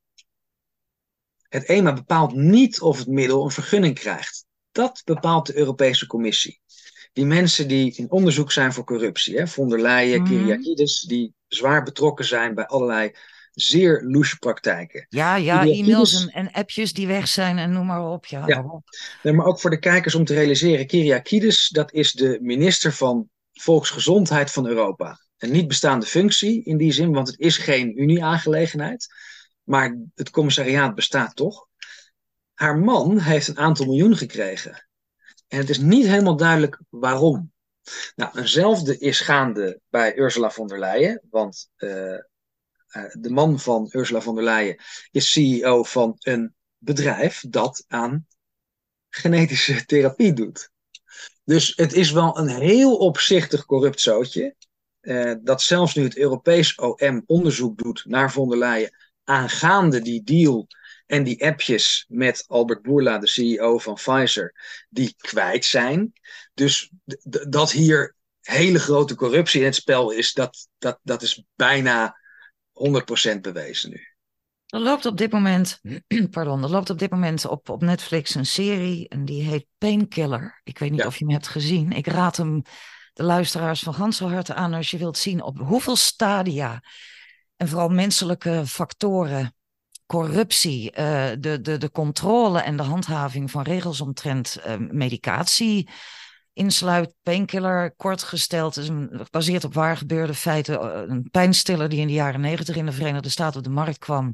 [SPEAKER 2] Het E M A bepaalt niet of het middel een vergunning krijgt. Dat bepaalt de Europese Commissie. Die mensen die in onderzoek zijn voor corruptie, hè, von der Leyen, mm-hmm. Kyriakides, die zwaar betrokken zijn bij allerlei zeer loesje praktijken.
[SPEAKER 1] Ja, ja, e-mails en, en appjes die weg zijn en noem maar op. Ja,
[SPEAKER 2] ja. Nee, maar ook voor de kijkers om te realiseren, Kyriakides, dat is de minister van Volksgezondheid van Europa. Een niet bestaande functie in die zin, want het is geen Unie-aangelegenheid. Maar het commissariaat bestaat toch. Haar man heeft een aantal miljoen gekregen. En het is niet helemaal duidelijk waarom. Nou, eenzelfde is gaande bij Ursula von der Leyen. Want uh, uh, de man van Ursula von der Leyen is C E O van een bedrijf dat aan genetische therapie doet. Dus het is wel een heel opzichtig corrupt zootje. Uh, dat zelfs nu het Europees O M onderzoek doet naar von der Leyen aangaande die deal en die appjes met Albert Bourla, de C E O van Pfizer, die kwijt zijn. Dus d- d- dat hier hele grote corruptie in het spel is, dat, dat, dat is bijna honderd procent bewezen nu.
[SPEAKER 1] Er loopt op dit moment, pardon, er loopt op dit moment op, op Netflix een serie en die heet Painkiller. Ik weet niet ja. of je hem hebt gezien. Ik raad hem de luisteraars van ganse harte aan als je wilt zien op hoeveel stadia en vooral menselijke factoren corruptie, uh, de, de, de controle en de handhaving van regels omtrent uh, medicatie insluit, painkiller, kort gesteld, is een, gebaseerd op waar gebeurde feiten, een pijnstiller die in de jaren negentig in de Verenigde Staten op de markt kwam.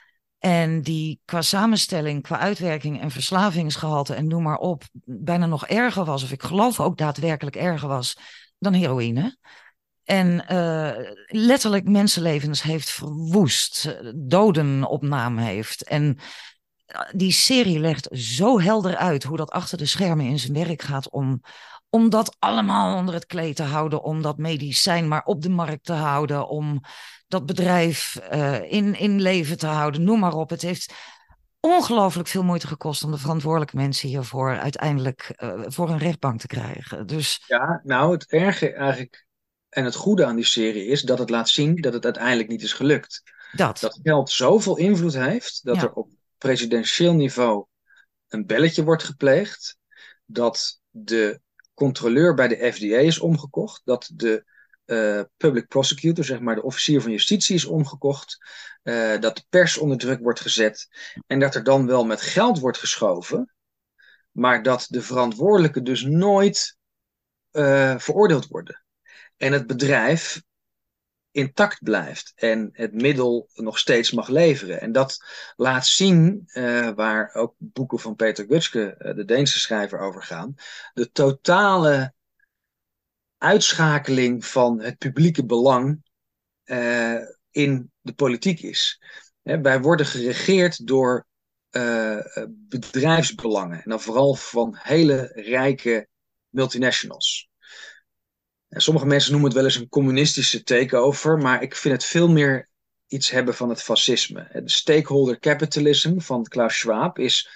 [SPEAKER 1] En die qua samenstelling, qua uitwerking en verslavingsgehalte en noem maar op, bijna nog erger was, of ik geloof ook daadwerkelijk erger was dan heroïne. En uh, letterlijk mensenlevens heeft verwoest, doden op naam heeft. En die serie legt zo helder uit hoe dat achter de schermen in zijn werk gaat om, om dat allemaal onder het kleed te houden, om dat medicijn maar op de markt te houden, om dat bedrijf uh, in, in leven te houden, noem maar op. Het heeft ongelooflijk veel moeite gekost om de verantwoordelijke mensen hiervoor uiteindelijk uh, voor een rechtbank te krijgen. Dus...
[SPEAKER 2] Ja, nou het erge eigenlijk en het goede aan die serie is dat het laat zien dat het uiteindelijk niet is gelukt.
[SPEAKER 1] Dat,
[SPEAKER 2] dat geld zoveel invloed heeft dat ja. er op presidentieel niveau een belletje wordt gepleegd, dat de controleur bij de F D A is omgekocht, dat de uh, public prosecutor, zeg maar de officier van justitie is omgekocht, uh, dat de pers onder druk wordt gezet en dat er dan wel met geld wordt geschoven, maar dat de verantwoordelijken dus nooit uh, veroordeeld worden. En het bedrijf intact blijft en het middel nog steeds mag leveren. En dat laat zien, uh, waar ook boeken van Peter Gutske, uh, de Deense schrijver, over gaan, de totale uitschakeling van het publieke belang uh, in de politiek is. He, wij worden geregeerd door uh, bedrijfsbelangen en dan vooral van hele rijke multinationals. En sommige mensen noemen het wel eens een communistische takeover, maar ik vind het veel meer iets hebben van het fascisme. De stakeholder capitalism van Klaus Schwab is,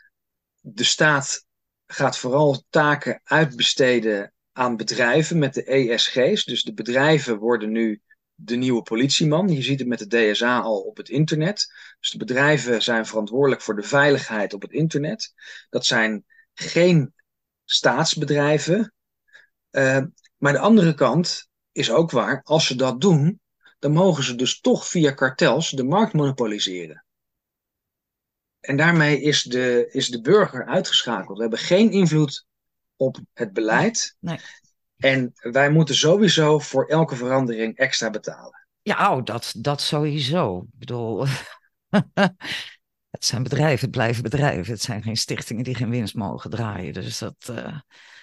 [SPEAKER 2] de staat gaat vooral taken uitbesteden aan bedrijven met de E S G's. Dus de bedrijven worden nu de nieuwe politieman. Je ziet het met de D S A al op het internet. Dus de bedrijven zijn verantwoordelijk voor de veiligheid op het internet. Dat zijn geen staatsbedrijven. Uh, Maar de andere kant is ook waar, als ze dat doen, dan mogen ze dus toch via kartels de markt monopoliseren. En daarmee is de, is de burger uitgeschakeld. We hebben geen invloed op het beleid.
[SPEAKER 1] Nee.
[SPEAKER 2] En wij moeten sowieso voor elke verandering extra betalen.
[SPEAKER 1] Ja, oh, dat, dat sowieso. Ik bedoel, het zijn bedrijven, het blijven bedrijven. Het zijn geen stichtingen die geen winst mogen draaien. Dus dat... Uh...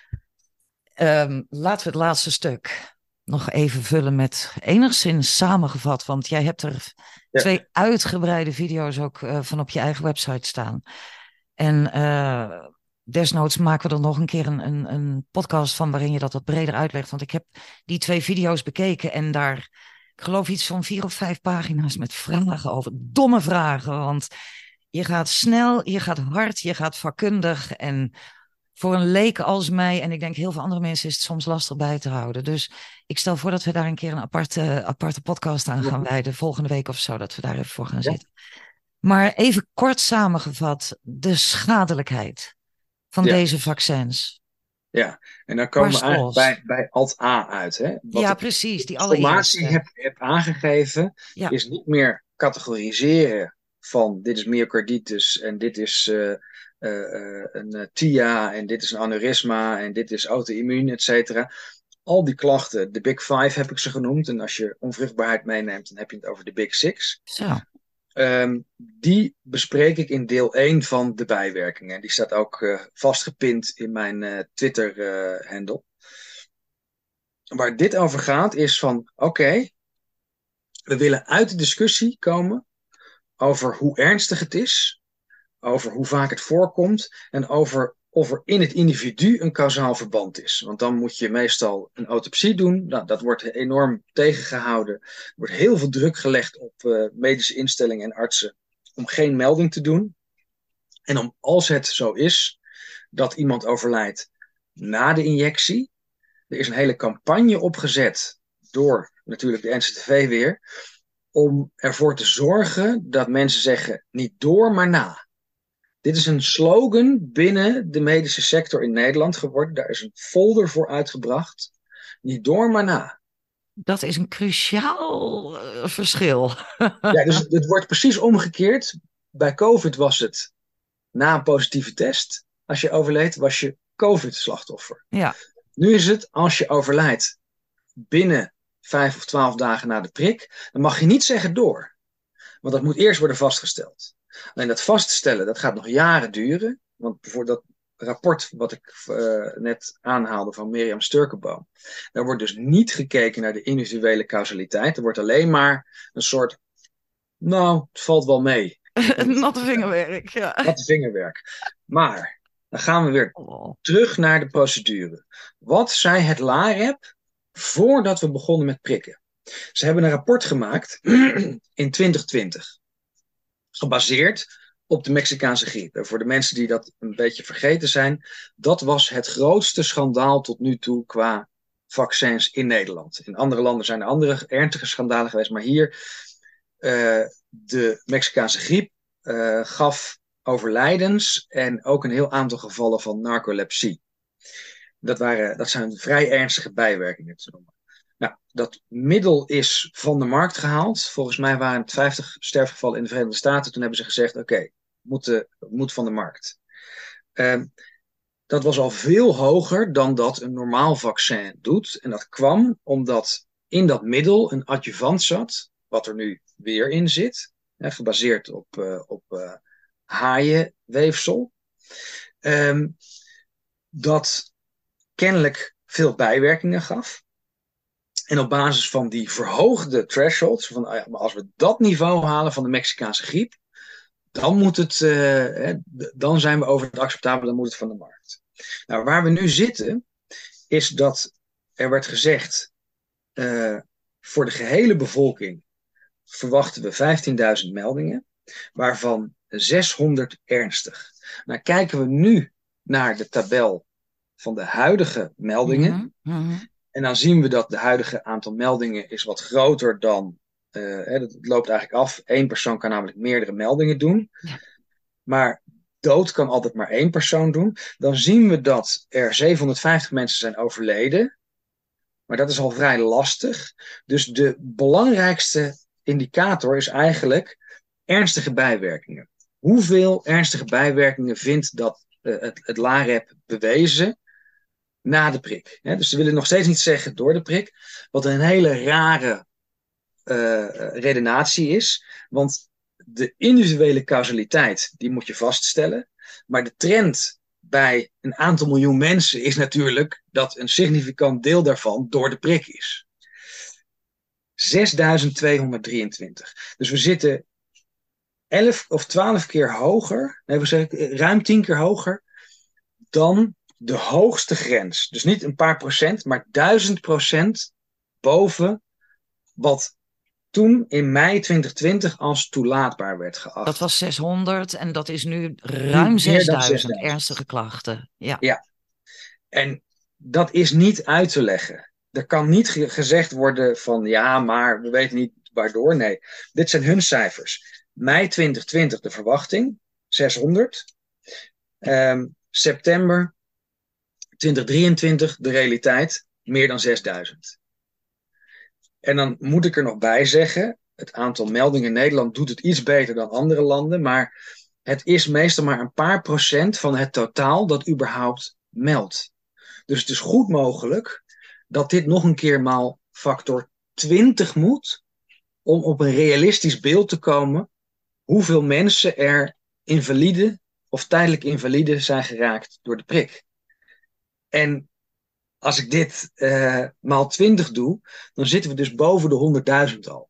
[SPEAKER 1] Um, laten we het laatste stuk nog even vullen met enigszins samengevat. Want jij hebt er ja. twee uitgebreide video's ook uh, van op je eigen website staan. En uh, desnoods maken we er nog een keer een, een, een podcast van waarin je dat wat breder uitlegt. Want ik heb die twee video's bekeken en daar, ik geloof iets van vier of vijf pagina's met vragen over. Domme vragen, want je gaat snel, je gaat hard, je gaat vakkundig en... Voor een leek als mij, en ik denk heel veel andere mensen, is het soms lastig bij te houden. Dus ik stel voor dat we daar een keer een aparte, aparte podcast aan gaan wijden. Volgende week of zo, dat we daar even voor gaan ja. zitten. Maar even kort samengevat, de schadelijkheid van ja. deze vaccins.
[SPEAKER 2] Ja, en dan komen we eigenlijk bij, bij alt A uit. Hè? Wat
[SPEAKER 1] ja, precies, die
[SPEAKER 2] allereerste. Wat ik heb, heb aangegeven, ja. is niet meer categoriseren van dit is myocarditis en dit is... Uh, Uh, uh, een uh, T I A en dit is een aneurysma en dit is auto-immuun, et cetera. Al die klachten, de Big Five heb ik ze genoemd. En als je onvruchtbaarheid meeneemt, dan heb je het over de Big Six.
[SPEAKER 1] Zo.
[SPEAKER 2] Um, die bespreek ik in deel één van de bijwerkingen. Die staat ook uh, vastgepind in mijn uh, Twitter-handle. Uh, Waar dit over gaat is van, oké, okay, we willen uit de discussie komen over hoe ernstig het is, over hoe vaak het voorkomt en over of er in het individu een kausaal verband is. Want dan moet je meestal een autopsie doen. Nou, dat wordt enorm tegengehouden. Er wordt heel veel druk gelegd op uh, medische instellingen en artsen om geen melding te doen. En om, als het zo is dat iemand overlijdt na de injectie, er is een hele campagne opgezet door natuurlijk de N C T V weer, om ervoor te zorgen dat mensen zeggen niet door, maar na. Dit is een slogan binnen de medische sector in Nederland geworden. Daar is een folder voor uitgebracht. Niet door, maar na.
[SPEAKER 1] Dat is een cruciaal uh, verschil.
[SPEAKER 2] Ja, dus het, het wordt precies omgekeerd. Bij COVID was het na een positieve test. Als je overleed, was je COVID-slachtoffer.
[SPEAKER 1] Ja.
[SPEAKER 2] Nu is het, als je overlijdt binnen vijf of twaalf dagen na de prik, dan mag je niet zeggen door. Want dat moet eerst worden vastgesteld. Alleen dat vaststellen, dat gaat nog jaren duren. Want voor dat rapport wat ik uh, net aanhaalde van Mirjam Sturkenboom, daar wordt dus niet gekeken naar de individuele causaliteit. Er wordt alleen maar een soort, nou, het valt wel mee.
[SPEAKER 1] Natte vingerwerk, ja.
[SPEAKER 2] Natte vingerwerk. Maar, dan gaan we weer
[SPEAKER 1] oh.
[SPEAKER 2] terug naar de procedure. Wat zei het LAREP voordat we begonnen met prikken? Ze hebben een rapport gemaakt in twintig twintig. Gebaseerd op de Mexicaanse griep. En voor de mensen die dat een beetje vergeten zijn, dat was het grootste schandaal tot nu toe qua vaccins in Nederland. In andere landen zijn er andere ernstige schandalen geweest, maar hier uh, de Mexicaanse griep uh, gaf overlijdens en ook een heel aantal gevallen van narcolepsie. Dat, waren, dat zijn vrij ernstige bijwerkingen te noemen. Nou, dat middel is van de markt gehaald. Volgens mij waren het vijftig sterfgevallen in de Verenigde Staten. Toen hebben ze gezegd, oké, okay, moet, moet van de markt. Uh, dat was al veel hoger dan dat een normaal vaccin doet. En dat kwam omdat in dat middel een adjuvant zat, wat er nu weer in zit, hè, gebaseerd op, uh, op uh, haaienweefsel. Um, dat kennelijk veel bijwerkingen gaf. En op basis van die verhoogde thresholds, van als we dat niveau halen van de Mexicaanse griep, dan moet het, uh, dan zijn we over het acceptabel, dan moet het van de markt. Nou, waar we nu zitten, is dat er werd gezegd, uh, voor de gehele bevolking verwachten we vijftienduizend meldingen, waarvan zeshonderd ernstig. Nou, kijken we nu naar de tabel van de huidige meldingen,
[SPEAKER 1] Mm-hmm. Mm-hmm.
[SPEAKER 2] En dan zien we dat de huidige aantal meldingen is wat groter dan, uh, hè, het loopt eigenlijk af. Eén persoon kan namelijk meerdere meldingen doen.
[SPEAKER 1] Ja.
[SPEAKER 2] Maar dood kan altijd maar één persoon doen. Dan zien we dat er zevenhonderdvijftig mensen zijn overleden. Maar dat is al vrij lastig. Dus de belangrijkste indicator is eigenlijk ernstige bijwerkingen. Hoeveel ernstige bijwerkingen vindt dat uh, het, het LAREP bewezen na de prik? Hè? Dus ze willen nog steeds niet zeggen door de prik. Wat een hele rare uh, redenatie is. Want de individuele causaliteit, die moet je vaststellen. Maar de trend bij een aantal miljoen mensen is natuurlijk dat een significant deel daarvan door de prik is. zesduizend tweehonderddrieëntwintig. Dus we zitten elf of twaalf keer hoger, nee, we zeggen ruim tien keer hoger dan de hoogste grens. Dus niet een paar procent, maar duizend procent boven wat toen in mei twintig twintig als toelaatbaar werd geacht.
[SPEAKER 1] Dat was zeshonderd en dat is nu ruim zesduizend ernstige klachten. Ja.
[SPEAKER 2] ja. En dat is niet uit te leggen. Er kan niet ge- gezegd worden van ja, maar we weten niet waardoor. Nee, dit zijn hun cijfers. Mei twintig twintig de verwachting, zeshonderd. Um, september twintig drieëntwintig de realiteit, meer dan zesduizend. En dan moet ik er nog bij zeggen, het aantal meldingen in Nederland doet het iets beter dan andere landen, maar het is meestal maar een paar procent van het totaal dat überhaupt meldt. Dus het is goed mogelijk dat dit nog een keer maal factor twintig moet om op een realistisch beeld te komen hoeveel mensen er invalide of tijdelijk invalide zijn geraakt door de prik. En als ik dit uh, maal twintig doe, dan zitten we dus boven de honderdduizend al.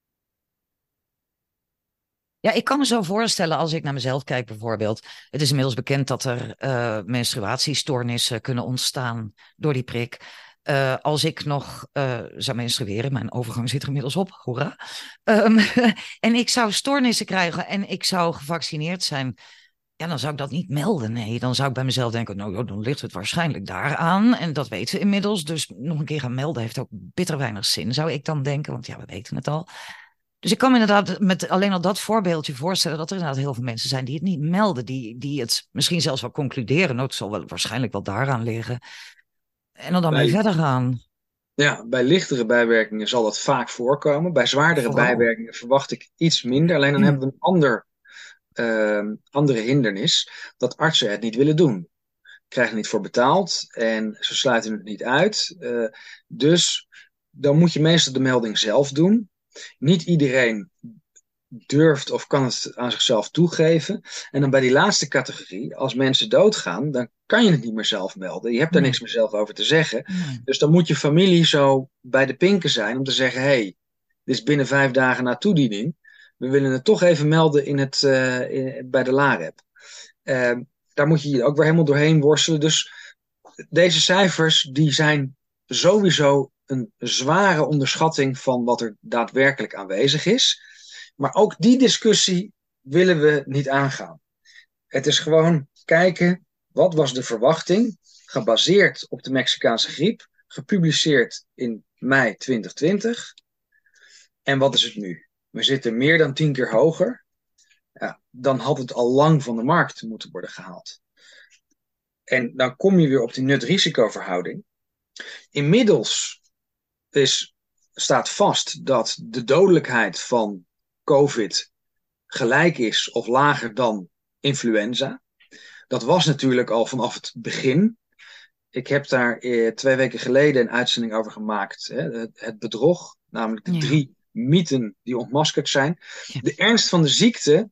[SPEAKER 1] Ja, ik kan me zo voorstellen als ik naar mezelf kijk bijvoorbeeld. Het is inmiddels bekend dat er uh, menstruatiestoornissen kunnen ontstaan door die prik. Uh, als ik nog uh, zou menstrueren, mijn overgang zit er inmiddels op, hoera. Um, en ik zou stoornissen krijgen en ik zou gevaccineerd zijn. Ja, dan zou ik dat niet melden. Nee, dan zou ik bij mezelf denken, nou dan ligt het waarschijnlijk daaraan. En dat weten we inmiddels. Dus nog een keer gaan melden heeft ook bitter weinig zin, zou ik dan denken. Want ja, we weten het al. Dus ik kan me inderdaad met alleen al dat voorbeeldje voorstellen dat er inderdaad heel veel mensen zijn die het niet melden. Die, die het misschien zelfs wel concluderen. Nou, het zal wel, waarschijnlijk wel daaraan liggen. En dan dan
[SPEAKER 2] Wij,
[SPEAKER 1] mee verder gaan.
[SPEAKER 2] Ja, bij lichtere bijwerkingen zal dat vaak voorkomen. Bij zwaardere
[SPEAKER 1] Vooral.
[SPEAKER 2] bijwerkingen verwacht ik iets minder. Alleen dan hebben we een ander, uh, andere hindernis, dat artsen het niet willen doen. Krijgen er niet voor betaald en ze sluiten het niet uit. Uh, dus dan moet je meestal de melding zelf doen. Niet iedereen durft of kan het aan zichzelf toegeven. En dan bij die laatste categorie, als mensen doodgaan, dan kan je het niet meer zelf melden. Je hebt daar
[SPEAKER 1] Nee.
[SPEAKER 2] niks meer zelf over te zeggen.
[SPEAKER 1] Nee.
[SPEAKER 2] Dus dan moet je familie zo bij de pinken zijn om te zeggen, hé, hey, dit is binnen vijf dagen na toediening. We willen het toch even melden in het, uh, in, bij de LAREP. Uh, daar moet je je ook weer helemaal doorheen worstelen. Dus deze cijfers die zijn sowieso een zware onderschatting van wat er daadwerkelijk aanwezig is. Maar ook die discussie willen we niet aangaan. Het is gewoon kijken, wat was de verwachting, gebaseerd op de Mexicaanse griep, gepubliceerd in mei twintig twintig. En wat is het nu? We zitten meer dan tien keer hoger. Ja, dan had het al lang van de markt moeten worden gehaald. En dan kom je weer op die nut-risicoverhouding. Inmiddels is, staat vast dat de dodelijkheid van COVID gelijk is of lager dan influenza. Dat was natuurlijk al vanaf het begin. Ik heb daar eh, twee weken geleden een uitzending over gemaakt. Hè, het, het bedrog, namelijk de ja. drie mythen die ontmaskerd zijn. Ja. De ernst van de ziekte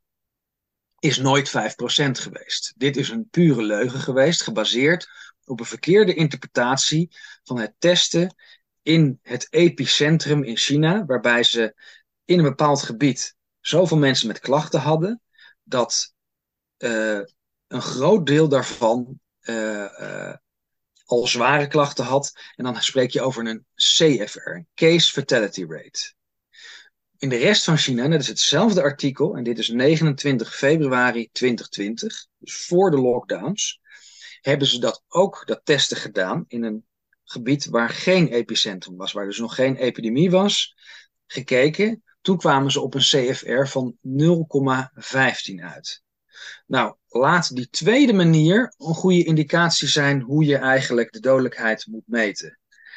[SPEAKER 2] is nooit vijf procent geweest. Dit is een pure leugen geweest, gebaseerd op een verkeerde interpretatie van het testen in het epicentrum in China, waarbij ze in een bepaald gebied zoveel mensen met klachten hadden, dat uh, een groot deel daarvan uh, uh, al zware klachten had. En dan spreek je over een C F R, een Case Fatality Rate. In de rest van China, dat is hetzelfde artikel, en dit is negenentwintig februari twintig twintig, dus voor de lockdowns, hebben ze dat ook, dat testen gedaan in een gebied waar geen epicentrum was, waar dus nog geen epidemie was, gekeken. Toen kwamen ze op een C F R van nul komma vijftien uit. Nou, laat die tweede manier een goede indicatie zijn hoe je eigenlijk de dodelijkheid moet meten.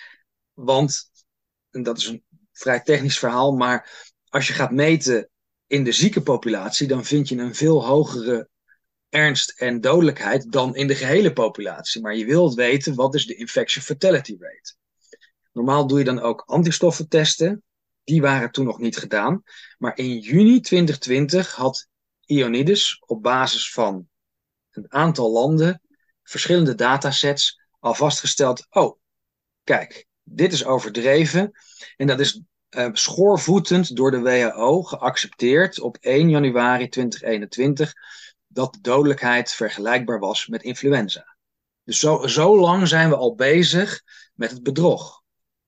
[SPEAKER 2] Want, en dat is een vrij technisch verhaal, maar als je gaat meten in de zieke populatie, dan vind je een veel hogere ernst en dodelijkheid dan in de gehele populatie. Maar je wilt weten, wat is de infection fatality rate? Normaal doe je dan ook antistoffentesten. Die waren toen nog niet gedaan. Maar in juni twintig twintig had Ioannidis op basis van een aantal landen, verschillende datasets, al vastgesteld, oh, kijk, dit is overdreven. En dat is uh, schoorvoetend door de W H O geaccepteerd op één januari twintig eenentwintig, dat de dodelijkheid vergelijkbaar was met influenza. Dus zo, zo lang zijn we al bezig met het bedrog.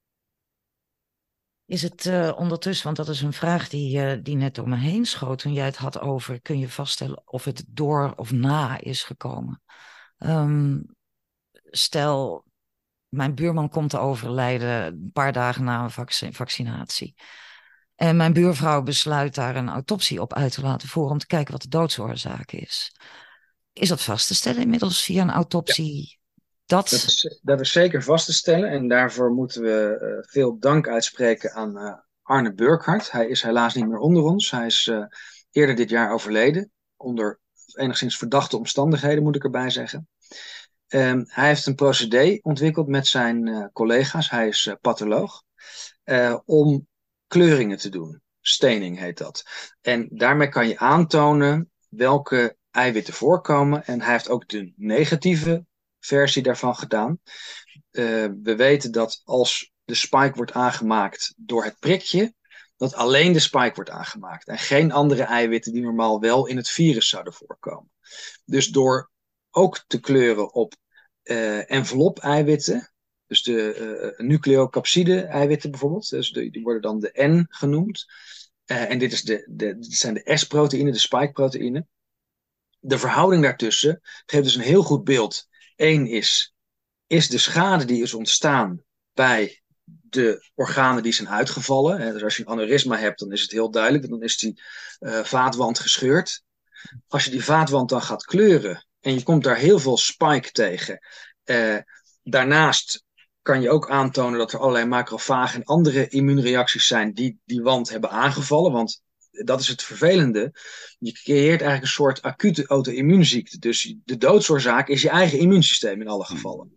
[SPEAKER 1] Is het uh, ondertussen, want dat is een vraag die, uh, die net door me heen schoot toen jij het had over, kun je vaststellen of het door of na is gekomen? Um, stel, mijn buurman komt te overlijden een paar dagen na een vac- vaccinatie. En mijn buurvrouw besluit daar een autopsie op uit te laten voeren om te kijken wat de doodsoorzaak is. Is dat vast te stellen inmiddels via een autopsie? Ja. Dat...
[SPEAKER 2] Dat, is, dat is zeker vast te stellen en daarvoor moeten we uh, veel dank uitspreken aan uh, Arne Burkhardt. Hij is helaas niet meer onder ons. Hij is uh, eerder dit jaar overleden, onder enigszins verdachte omstandigheden moet ik erbij zeggen. Um, hij heeft een procedé ontwikkeld met zijn uh, collega's, hij is uh, patholoog, uh, om kleuringen te doen. Staining heet dat. En daarmee kan je aantonen welke eiwitten voorkomen en hij heeft ook de negatieve versie daarvan gedaan. Uh, we weten dat als de spike wordt aangemaakt door het prikje, dat alleen de spike wordt aangemaakt en geen andere eiwitten die normaal wel in het virus zouden voorkomen. Dus door ook te kleuren op uh, envelop-eiwitten, dus de uh, nucleocapside-eiwitten bijvoorbeeld, dus de, die worden dan de N genoemd. Uh, en dit, is de, de, dit zijn de S-proteïnen, de spike-proteïnen. De verhouding daartussen geeft dus een heel goed beeld. Eén is, is de schade die is ontstaan bij de organen die zijn uitgevallen. Hè, dus als je een aneurysma hebt, dan is het heel duidelijk, dan is die uh, vaatwand gescheurd. Als je die vaatwand dan gaat kleuren en je komt daar heel veel spike tegen, uh, daarnaast kan je ook aantonen dat er allerlei macrofagen en andere immuunreacties zijn die die wand hebben aangevallen. Want dat is het vervelende. Je creëert eigenlijk een soort acute auto-immuunziekte. Dus de doodsoorzaak is je eigen immuunsysteem in alle gevallen.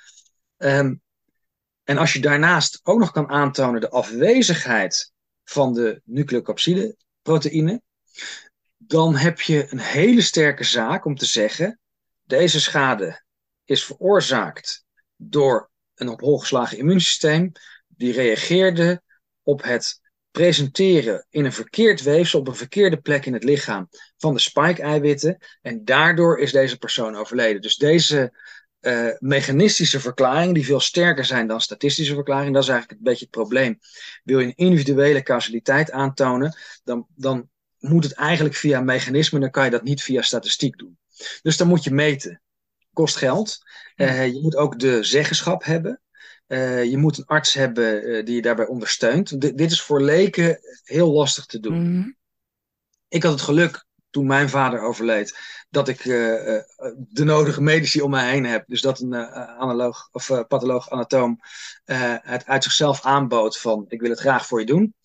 [SPEAKER 2] Um, en als je daarnaast ook nog kan aantonen de afwezigheid van de nucleocapside-proteïne, dan heb je een hele sterke zaak om te zeggen, deze schade is veroorzaakt door een op hol geslagen immuunsysteem, die reageerde op het presenteren in een verkeerd weefsel, op een verkeerde plek in het lichaam van de spike-eiwitten, en daardoor is deze persoon overleden. Dus deze uh, mechanistische verklaringen, die veel sterker zijn dan statistische verklaringen, dat is eigenlijk een beetje het probleem. Wil je een individuele causaliteit aantonen, dan, dan moet het eigenlijk via mechanismen, dan kan je dat niet via statistiek doen. Dus dan moet je meten. Kost geld. Uh, je moet ook de zeggenschap hebben. Uh, je moet een arts hebben uh, die je daarbij ondersteunt. D- dit is voor leken heel lastig te doen. Mm-hmm. Ik had het geluk, toen mijn vader overleed, dat ik uh, uh, de nodige medici om mij heen heb. Dus dat een uh, analoog, of, uh, patholoog anatoom uh, het uit zichzelf aanbood van, ik wil het graag voor je doen.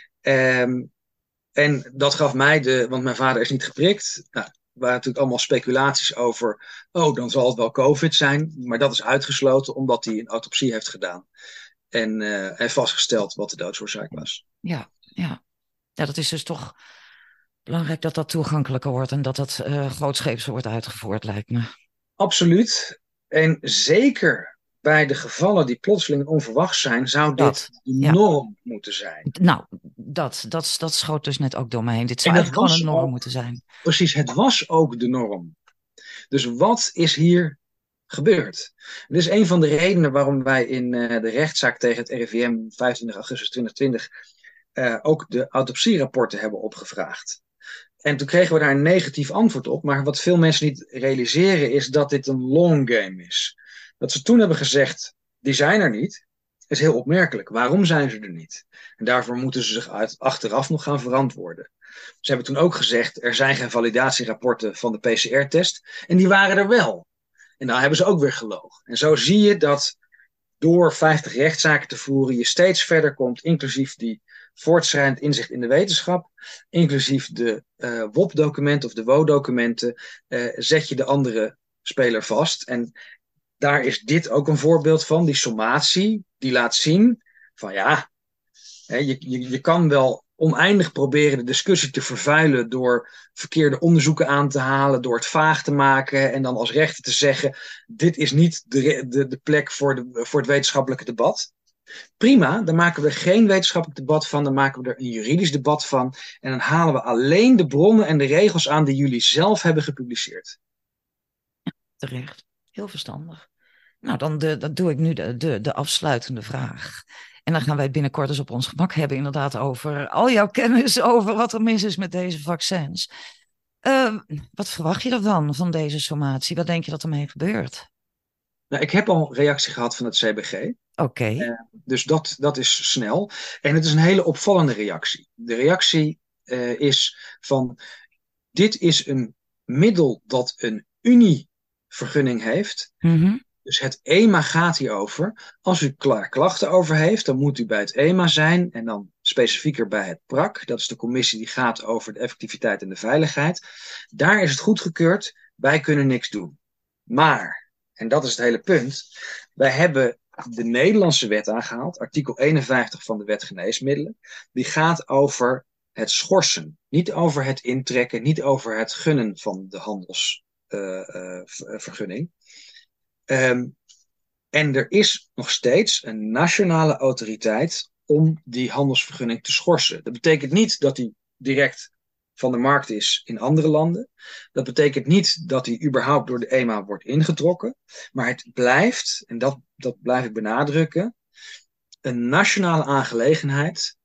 [SPEAKER 2] Um, en dat gaf mij de, want mijn vader is niet geprikt. Nou, er waren natuurlijk allemaal speculaties over, oh, dan zal het wel COVID zijn. Maar dat is uitgesloten omdat hij een autopsie heeft gedaan. En uh, heeft vastgesteld wat de doodsoorzaak was.
[SPEAKER 1] Ja, ja. Ja, dat is dus toch belangrijk dat dat toegankelijker wordt en dat dat uh, grootscheeps wordt uitgevoerd, lijkt me.
[SPEAKER 2] Absoluut. En zeker bij de gevallen die plotseling onverwacht zijn, zou dat, dit de ja. norm moeten zijn.
[SPEAKER 1] Nou, dat, dat, dat schoot dus net ook door me heen. Dit zou eigenlijk gewoon een norm
[SPEAKER 2] ook,
[SPEAKER 1] moeten zijn.
[SPEAKER 2] Precies, het was ook de norm. Dus wat is hier gebeurd? Dit is een van de redenen waarom wij in uh, de rechtszaak tegen het R I V M vijfentwintig augustus tweeduizend twintig uh, ook de autopsierapporten hebben opgevraagd. En toen kregen we daar een negatief antwoord op. Maar wat veel mensen niet realiseren is dat dit een long game is. Dat ze toen hebben gezegd, die zijn er niet, is heel opmerkelijk. Waarom zijn ze er niet? En daarvoor moeten ze zich uit, achteraf nog gaan verantwoorden. Ze hebben toen ook gezegd, er zijn geen validatierapporten van de P C R-test. En die waren er wel. En daar hebben ze ook weer gelogen. En zo zie je dat door vijftig rechtszaken te voeren, je steeds verder komt, inclusief die voortschrijdend inzicht in de wetenschap, inclusief de uh, W O P-documenten of de W O-documenten, uh, zet je de andere speler vast. En daar is dit ook een voorbeeld van, die sommatie, die laat zien van ja, hè, je, je, je kan wel oneindig proberen de discussie te vervuilen door verkeerde onderzoeken aan te halen, door het vaag te maken en dan als rechter te zeggen, dit is niet de, de, de plek voor, de, voor het wetenschappelijke debat. Prima, dan maken we er geen wetenschappelijk debat van, dan maken we er een juridisch debat van en dan halen we alleen de bronnen en de regels aan die jullie zelf hebben gepubliceerd.
[SPEAKER 1] Terecht, heel verstandig. Nou, dan, de, dan doe ik nu de, de, de afsluitende vraag. En dan gaan wij binnenkort eens op ons gemak hebben inderdaad over al jouw kennis over wat er mis is met deze vaccins. Uh, wat verwacht je ervan, van deze sommatie? Wat denk je dat ermee gebeurt?
[SPEAKER 2] Nou, ik heb al reactie gehad van het C B G.
[SPEAKER 1] Oké. Okay.
[SPEAKER 2] Uh, dus dat, dat is snel. En het is een hele opvallende reactie. De reactie uh, is van, dit is een middel dat een Unievergunning heeft.
[SPEAKER 1] Mm-hmm.
[SPEAKER 2] Dus het E M A gaat hierover. Als u klaar klachten over heeft, dan moet u bij het E M A zijn. En dan specifieker bij het P R A C. Dat is de commissie die gaat over de effectiviteit en de veiligheid. Daar is het goedgekeurd. Wij kunnen niks doen. Maar, en dat is het hele punt. Wij hebben de Nederlandse wet aangehaald. Artikel eenenvijftig van de wet geneesmiddelen. Die gaat over het schorsen. Niet over het intrekken. Niet over het gunnen van de handelsvergunning. Uh, uh, Um, en er is nog steeds een nationale autoriteit om die handelsvergunning te schorsen. Dat betekent niet dat die direct van de markt is in andere landen. Dat betekent niet dat die überhaupt door de E M A wordt ingetrokken. Maar het blijft, en dat, dat blijf ik benadrukken, een nationale aangelegenheid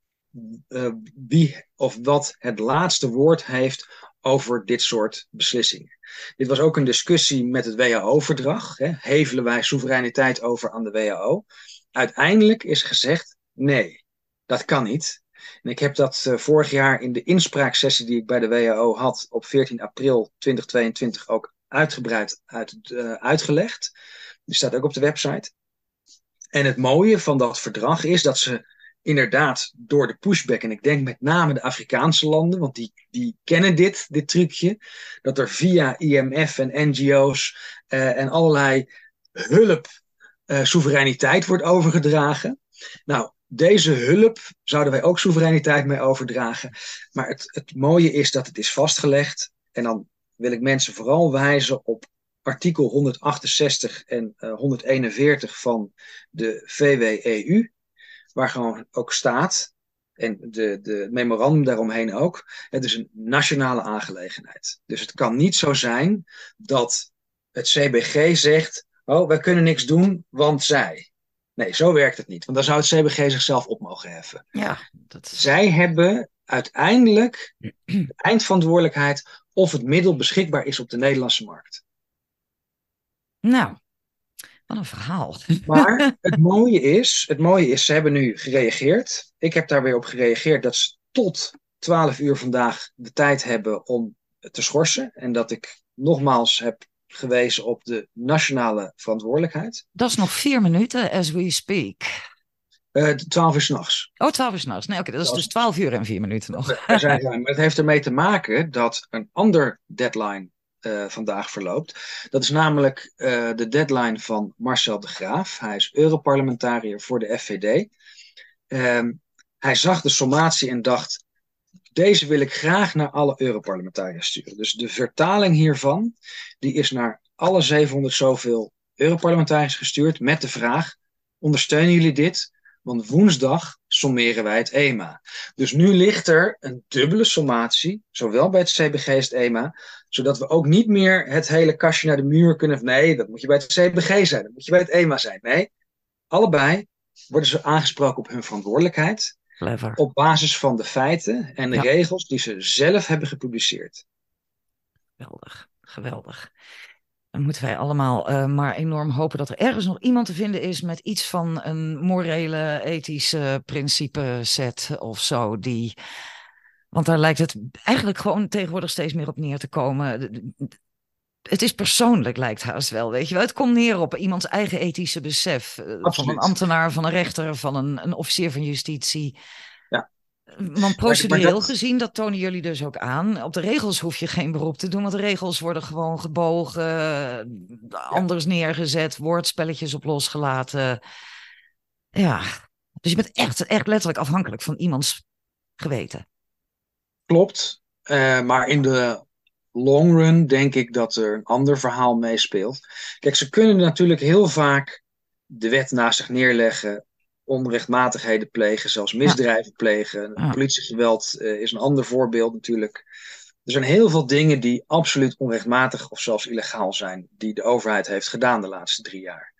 [SPEAKER 2] uh, wie of wat het laatste woord heeft over dit soort beslissingen. Dit was ook een discussie met het W H O-verdrag. Hè. Hevelen wij soevereiniteit over aan de W H O? Uiteindelijk is gezegd, nee, dat kan niet. En ik heb dat uh, vorig jaar in de inspraaksessie die ik bij de W H O had op veertien april tweeduizend tweeëntwintig ook uitgebreid uit, uh, uitgelegd. Die staat ook op de website. En het mooie van dat verdrag is dat ze inderdaad door de pushback, en ik denk met name de Afrikaanse landen, want die, die kennen dit, dit trucje, dat er via I M F en N G O's uh, en allerlei hulp uh, soevereiniteit wordt overgedragen. Nou, deze hulp zouden wij ook soevereiniteit mee overdragen. Maar het, het mooie is dat het is vastgelegd. En dan wil ik mensen vooral wijzen op artikel honderdachtenzestig en uh, honderdeenenveertig van de V W E U. Waar gewoon ook staat, en de, de memorandum daaromheen ook, het is een nationale aangelegenheid. Dus het kan niet zo zijn dat het C B G zegt, oh, wij kunnen niks doen, want zij. Nee, zo werkt het niet. Want dan zou het C B G zichzelf op mogen heffen.
[SPEAKER 1] Ja, dat is...
[SPEAKER 2] Zij hebben uiteindelijk de eindverantwoordelijkheid of het middel beschikbaar is op de Nederlandse markt.
[SPEAKER 1] Nou, wat een verhaal.
[SPEAKER 2] Maar het mooie is, het mooie is, ze hebben nu gereageerd. Ik heb daar weer op gereageerd dat ze tot twaalf uur vandaag de tijd hebben om te schorsen. En dat ik nogmaals heb gewezen op de nationale verantwoordelijkheid.
[SPEAKER 1] Dat is nog vier minuten as we speak.
[SPEAKER 2] Uh, twaalf uur 's nachts.
[SPEAKER 1] Oh, twaalf uur 's nachts. Nee, oké, okay, dat is dus twaalf uur en vier minuten nog.
[SPEAKER 2] Er zijn, maar het heeft ermee te maken dat een ander deadline uh, vandaag verloopt. Dat is namelijk uh, de deadline van Marcel de Graaf. Hij is Europarlementariër voor de F V D. Um, hij zag de sommatie en dacht, deze wil ik graag naar alle Europarlementariërs sturen. Dus de vertaling hiervan, die is naar alle zevenhonderd zoveel Europarlementariërs gestuurd met de vraag, ondersteunen jullie dit? Want woensdag sommeren wij het E M A. Dus nu ligt er een dubbele sommatie, zowel bij het C B G als het E M A, zodat we ook niet meer het hele kastje naar de muur kunnen. Nee, dat moet je bij het C B G zijn, dat moet je bij het E M A zijn. Nee, allebei worden ze aangesproken op hun verantwoordelijkheid.
[SPEAKER 1] Clever.
[SPEAKER 2] Op basis van de feiten en de ja. regels die ze zelf hebben gepubliceerd.
[SPEAKER 1] Geweldig, geweldig. Dan moeten wij allemaal uh, maar enorm hopen dat er ergens nog iemand te vinden is met iets van een morele, ethische principe set of zo. Die, want daar lijkt het eigenlijk gewoon tegenwoordig steeds meer op neer te komen. Het is persoonlijk, lijkt haast wel, weet je wel. Het komt neer op iemands eigen ethische besef. Absoluut. Van een ambtenaar, van een rechter, van een, een officier van justitie.
[SPEAKER 2] Ja.
[SPEAKER 1] Want procedureel dat... gezien, dat tonen jullie dus ook aan. Op de regels hoef je geen beroep te doen, want de regels worden gewoon gebogen, ja. anders neergezet, woordspelletjes op losgelaten. Ja, dus je bent echt, echt letterlijk afhankelijk van iemands geweten.
[SPEAKER 2] Klopt, uh, maar in de long run denk ik dat er een ander verhaal meespeelt. Kijk, ze kunnen natuurlijk heel vaak de wet naast zich neerleggen, onrechtmatigheden plegen, zelfs misdrijven ja. plegen. Ja. Politiegeweld uh, is een ander voorbeeld natuurlijk. Er zijn heel veel dingen die absoluut onrechtmatig of zelfs illegaal zijn, die de overheid heeft gedaan de laatste drie jaar.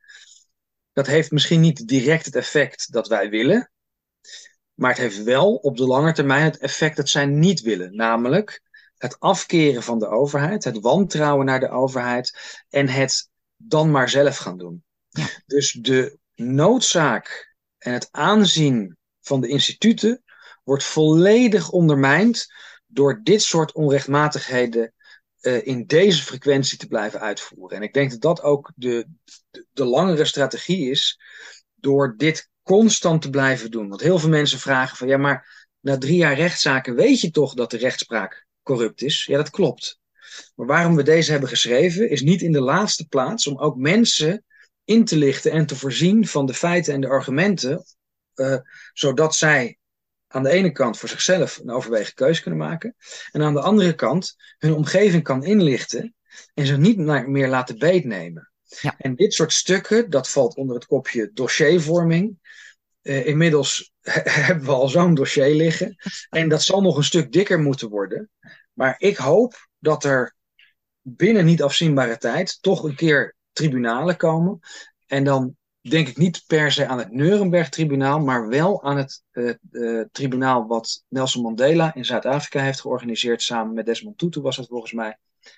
[SPEAKER 2] Dat heeft misschien niet direct het effect dat wij willen, maar het heeft wel op de lange termijn het effect dat zij niet willen, namelijk het afkeren van de overheid, het wantrouwen naar de overheid en het dan maar zelf gaan doen. Ja. Dus de noodzaak en het aanzien van de instituten wordt volledig ondermijnd door dit soort onrechtmatigheden uh, in deze frequentie te blijven uitvoeren. En ik denk dat dat ook de, de, de langere strategie is door dit constant te blijven doen. Want heel veel mensen vragen van ja, maar na drie jaar rechtszaken weet je toch dat de rechtspraak corrupt is? Ja, dat klopt. Maar waarom we deze hebben geschreven is niet in de laatste plaats om ook mensen in te lichten en te voorzien van de feiten en de argumenten, uh, zodat zij aan de ene kant voor zichzelf een overwegen keuze kunnen maken en aan de andere kant hun omgeving kan inlichten en ze niet meer laten beetnemen. Ja. En dit soort stukken, dat valt onder het kopje dossiervorming. Uh, inmiddels hebben we al zo'n dossier liggen en dat zal nog een stuk dikker moeten worden. Maar ik hoop dat er binnen niet afzienbare tijd toch een keer tribunalen komen. En dan denk ik niet per se aan het Nuremberg-tribunaal, maar wel aan het uh, uh, tribunaal wat Nelson Mandela in Zuid-Afrika heeft georganiseerd. Samen met Desmond Tutu was het volgens mij.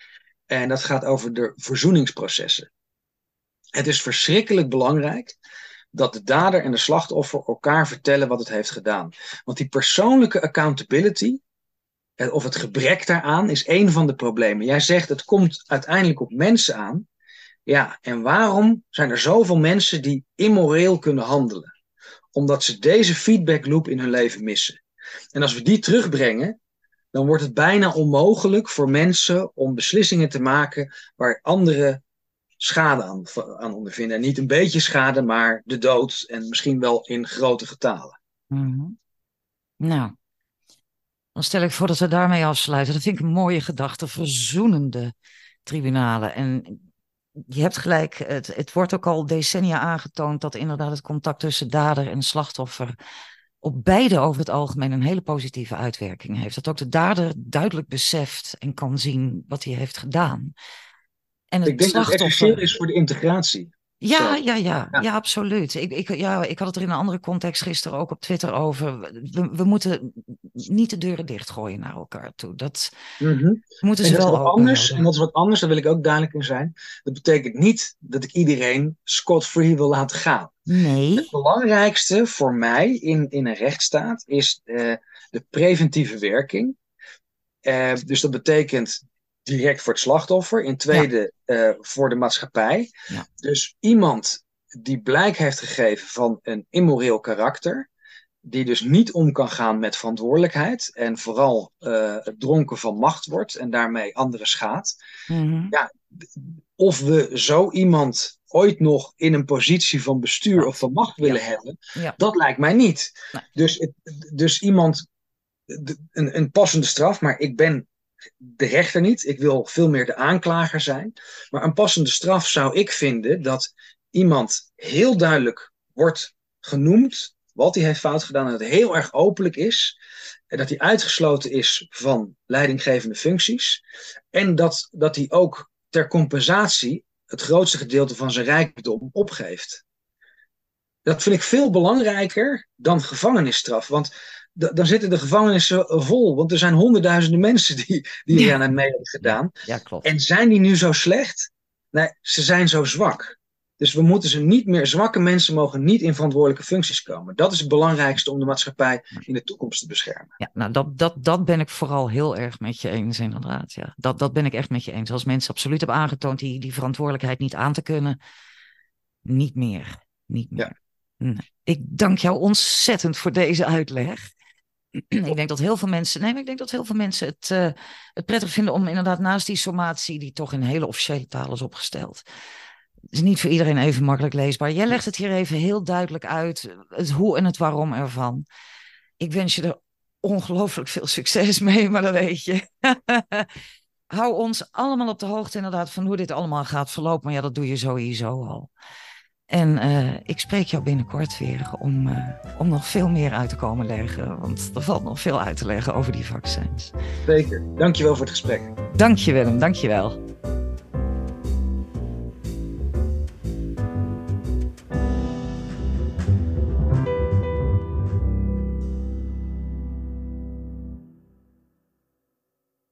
[SPEAKER 2] En dat gaat over de verzoeningsprocessen. Het is verschrikkelijk belangrijk dat de dader en de slachtoffer elkaar vertellen wat het heeft gedaan. Want die persoonlijke accountability, of het gebrek daaraan, is één van de problemen. Jij zegt het komt uiteindelijk op mensen aan. Ja, en waarom zijn er zoveel mensen die immoreel kunnen handelen? Omdat ze deze feedback loop in hun leven missen. En als we die terugbrengen, dan wordt het bijna onmogelijk voor mensen om beslissingen te maken waar anderen schade aan, aan ondervinden. En niet een beetje schade, maar de dood en misschien wel in grote getalen.
[SPEAKER 1] Mm-hmm. Nou, dan stel ik voor dat we daarmee afsluiten. Dat vind ik een mooie gedachte, verzoenende tribunalen. En je hebt gelijk, het, het wordt ook al decennia aangetoond dat inderdaad het contact tussen dader en slachtoffer op beide over het algemeen een hele positieve uitwerking heeft. Dat ook de dader duidelijk beseft en kan zien wat hij heeft gedaan. En het
[SPEAKER 2] ik denk
[SPEAKER 1] slachtoffer...
[SPEAKER 2] dat het essentieel is voor de integratie.
[SPEAKER 1] Ja, ja, ja, ja, ja, absoluut. Ik, ik, ja, ik had het er in een andere context gisteren ook op Twitter over. We, we moeten niet de deuren dichtgooien naar elkaar toe. Dat
[SPEAKER 2] mm-hmm.
[SPEAKER 1] moeten
[SPEAKER 2] en
[SPEAKER 1] ze
[SPEAKER 2] dat
[SPEAKER 1] wel
[SPEAKER 2] is wat
[SPEAKER 1] open
[SPEAKER 2] anders.
[SPEAKER 1] houden.
[SPEAKER 2] En dat is wat anders, daar wil ik ook duidelijk in zijn. Dat betekent niet dat ik iedereen scot-free wil laten gaan.
[SPEAKER 1] Nee.
[SPEAKER 2] Het belangrijkste voor mij in, in een rechtsstaat is uh, de preventieve werking. Uh, dus dat betekent direct voor het slachtoffer. In tweede ja. uh, voor de maatschappij.
[SPEAKER 1] Ja. Dus
[SPEAKER 2] iemand die blijk heeft gegeven van een immoreel karakter. Die dus niet om kan gaan met verantwoordelijkheid. En vooral uh, dronken van macht wordt. En daarmee anderen schaadt.
[SPEAKER 1] Mm-hmm.
[SPEAKER 2] Ja, of we zo iemand ooit nog in een positie van bestuur ja. of van macht willen ja. hebben. Ja. Dat lijkt mij niet. Nee. Dus, het, dus iemand... Een, een passende straf, maar ik ben de rechter niet. Ik wil veel meer de aanklager zijn. Maar een passende straf zou ik vinden dat iemand heel duidelijk wordt genoemd wat hij heeft fout gedaan en dat het heel erg openlijk is. En dat hij uitgesloten is van leidinggevende functies. En dat, dat hij ook ter compensatie het grootste gedeelte van zijn rijkdom opgeeft. Dat vind ik veel belangrijker dan gevangenisstraf. Want dan zitten de gevangenissen vol. Want er zijn honderdduizenden mensen die, die
[SPEAKER 1] ja.
[SPEAKER 2] hier aan het mee hebben gedaan.
[SPEAKER 1] Ja, klopt.
[SPEAKER 2] En zijn die nu zo slecht? Nee, ze zijn zo zwak. Dus we moeten ze niet meer... Zwakke mensen mogen niet in verantwoordelijke functies komen. Dat is het belangrijkste om de maatschappij in de toekomst te beschermen.
[SPEAKER 1] Ja, nou dat, dat, dat ben ik vooral heel erg met je eens inderdaad. Ja. Dat, dat ben ik echt met je eens. Als mensen absoluut hebben aangetoond die, die verantwoordelijkheid niet aan te kunnen. Niet meer. Niet meer. Ja. Nee. Ik dank jou ontzettend voor deze uitleg. Ik denk dat heel veel mensen, nee, maar ik denk dat heel veel mensen het, uh, het prettig vinden om inderdaad naast die sommatie, die toch in hele officiële taal is opgesteld. Het is niet voor iedereen even makkelijk leesbaar. Jij legt het hier even heel duidelijk uit, het hoe en het waarom ervan. Ik wens je er ongelooflijk veel succes mee, maar dat weet je. Hou ons allemaal op de hoogte inderdaad van hoe dit allemaal gaat verlopen, maar ja, dat doe je sowieso al. En uh, ik spreek jou binnenkort weer om, uh, om nog veel meer uit te komen leggen. Want er valt nog veel uit te leggen over die vaccins.
[SPEAKER 2] Zeker. Dankjewel voor het gesprek.
[SPEAKER 1] Dank je Willem, dank je wel.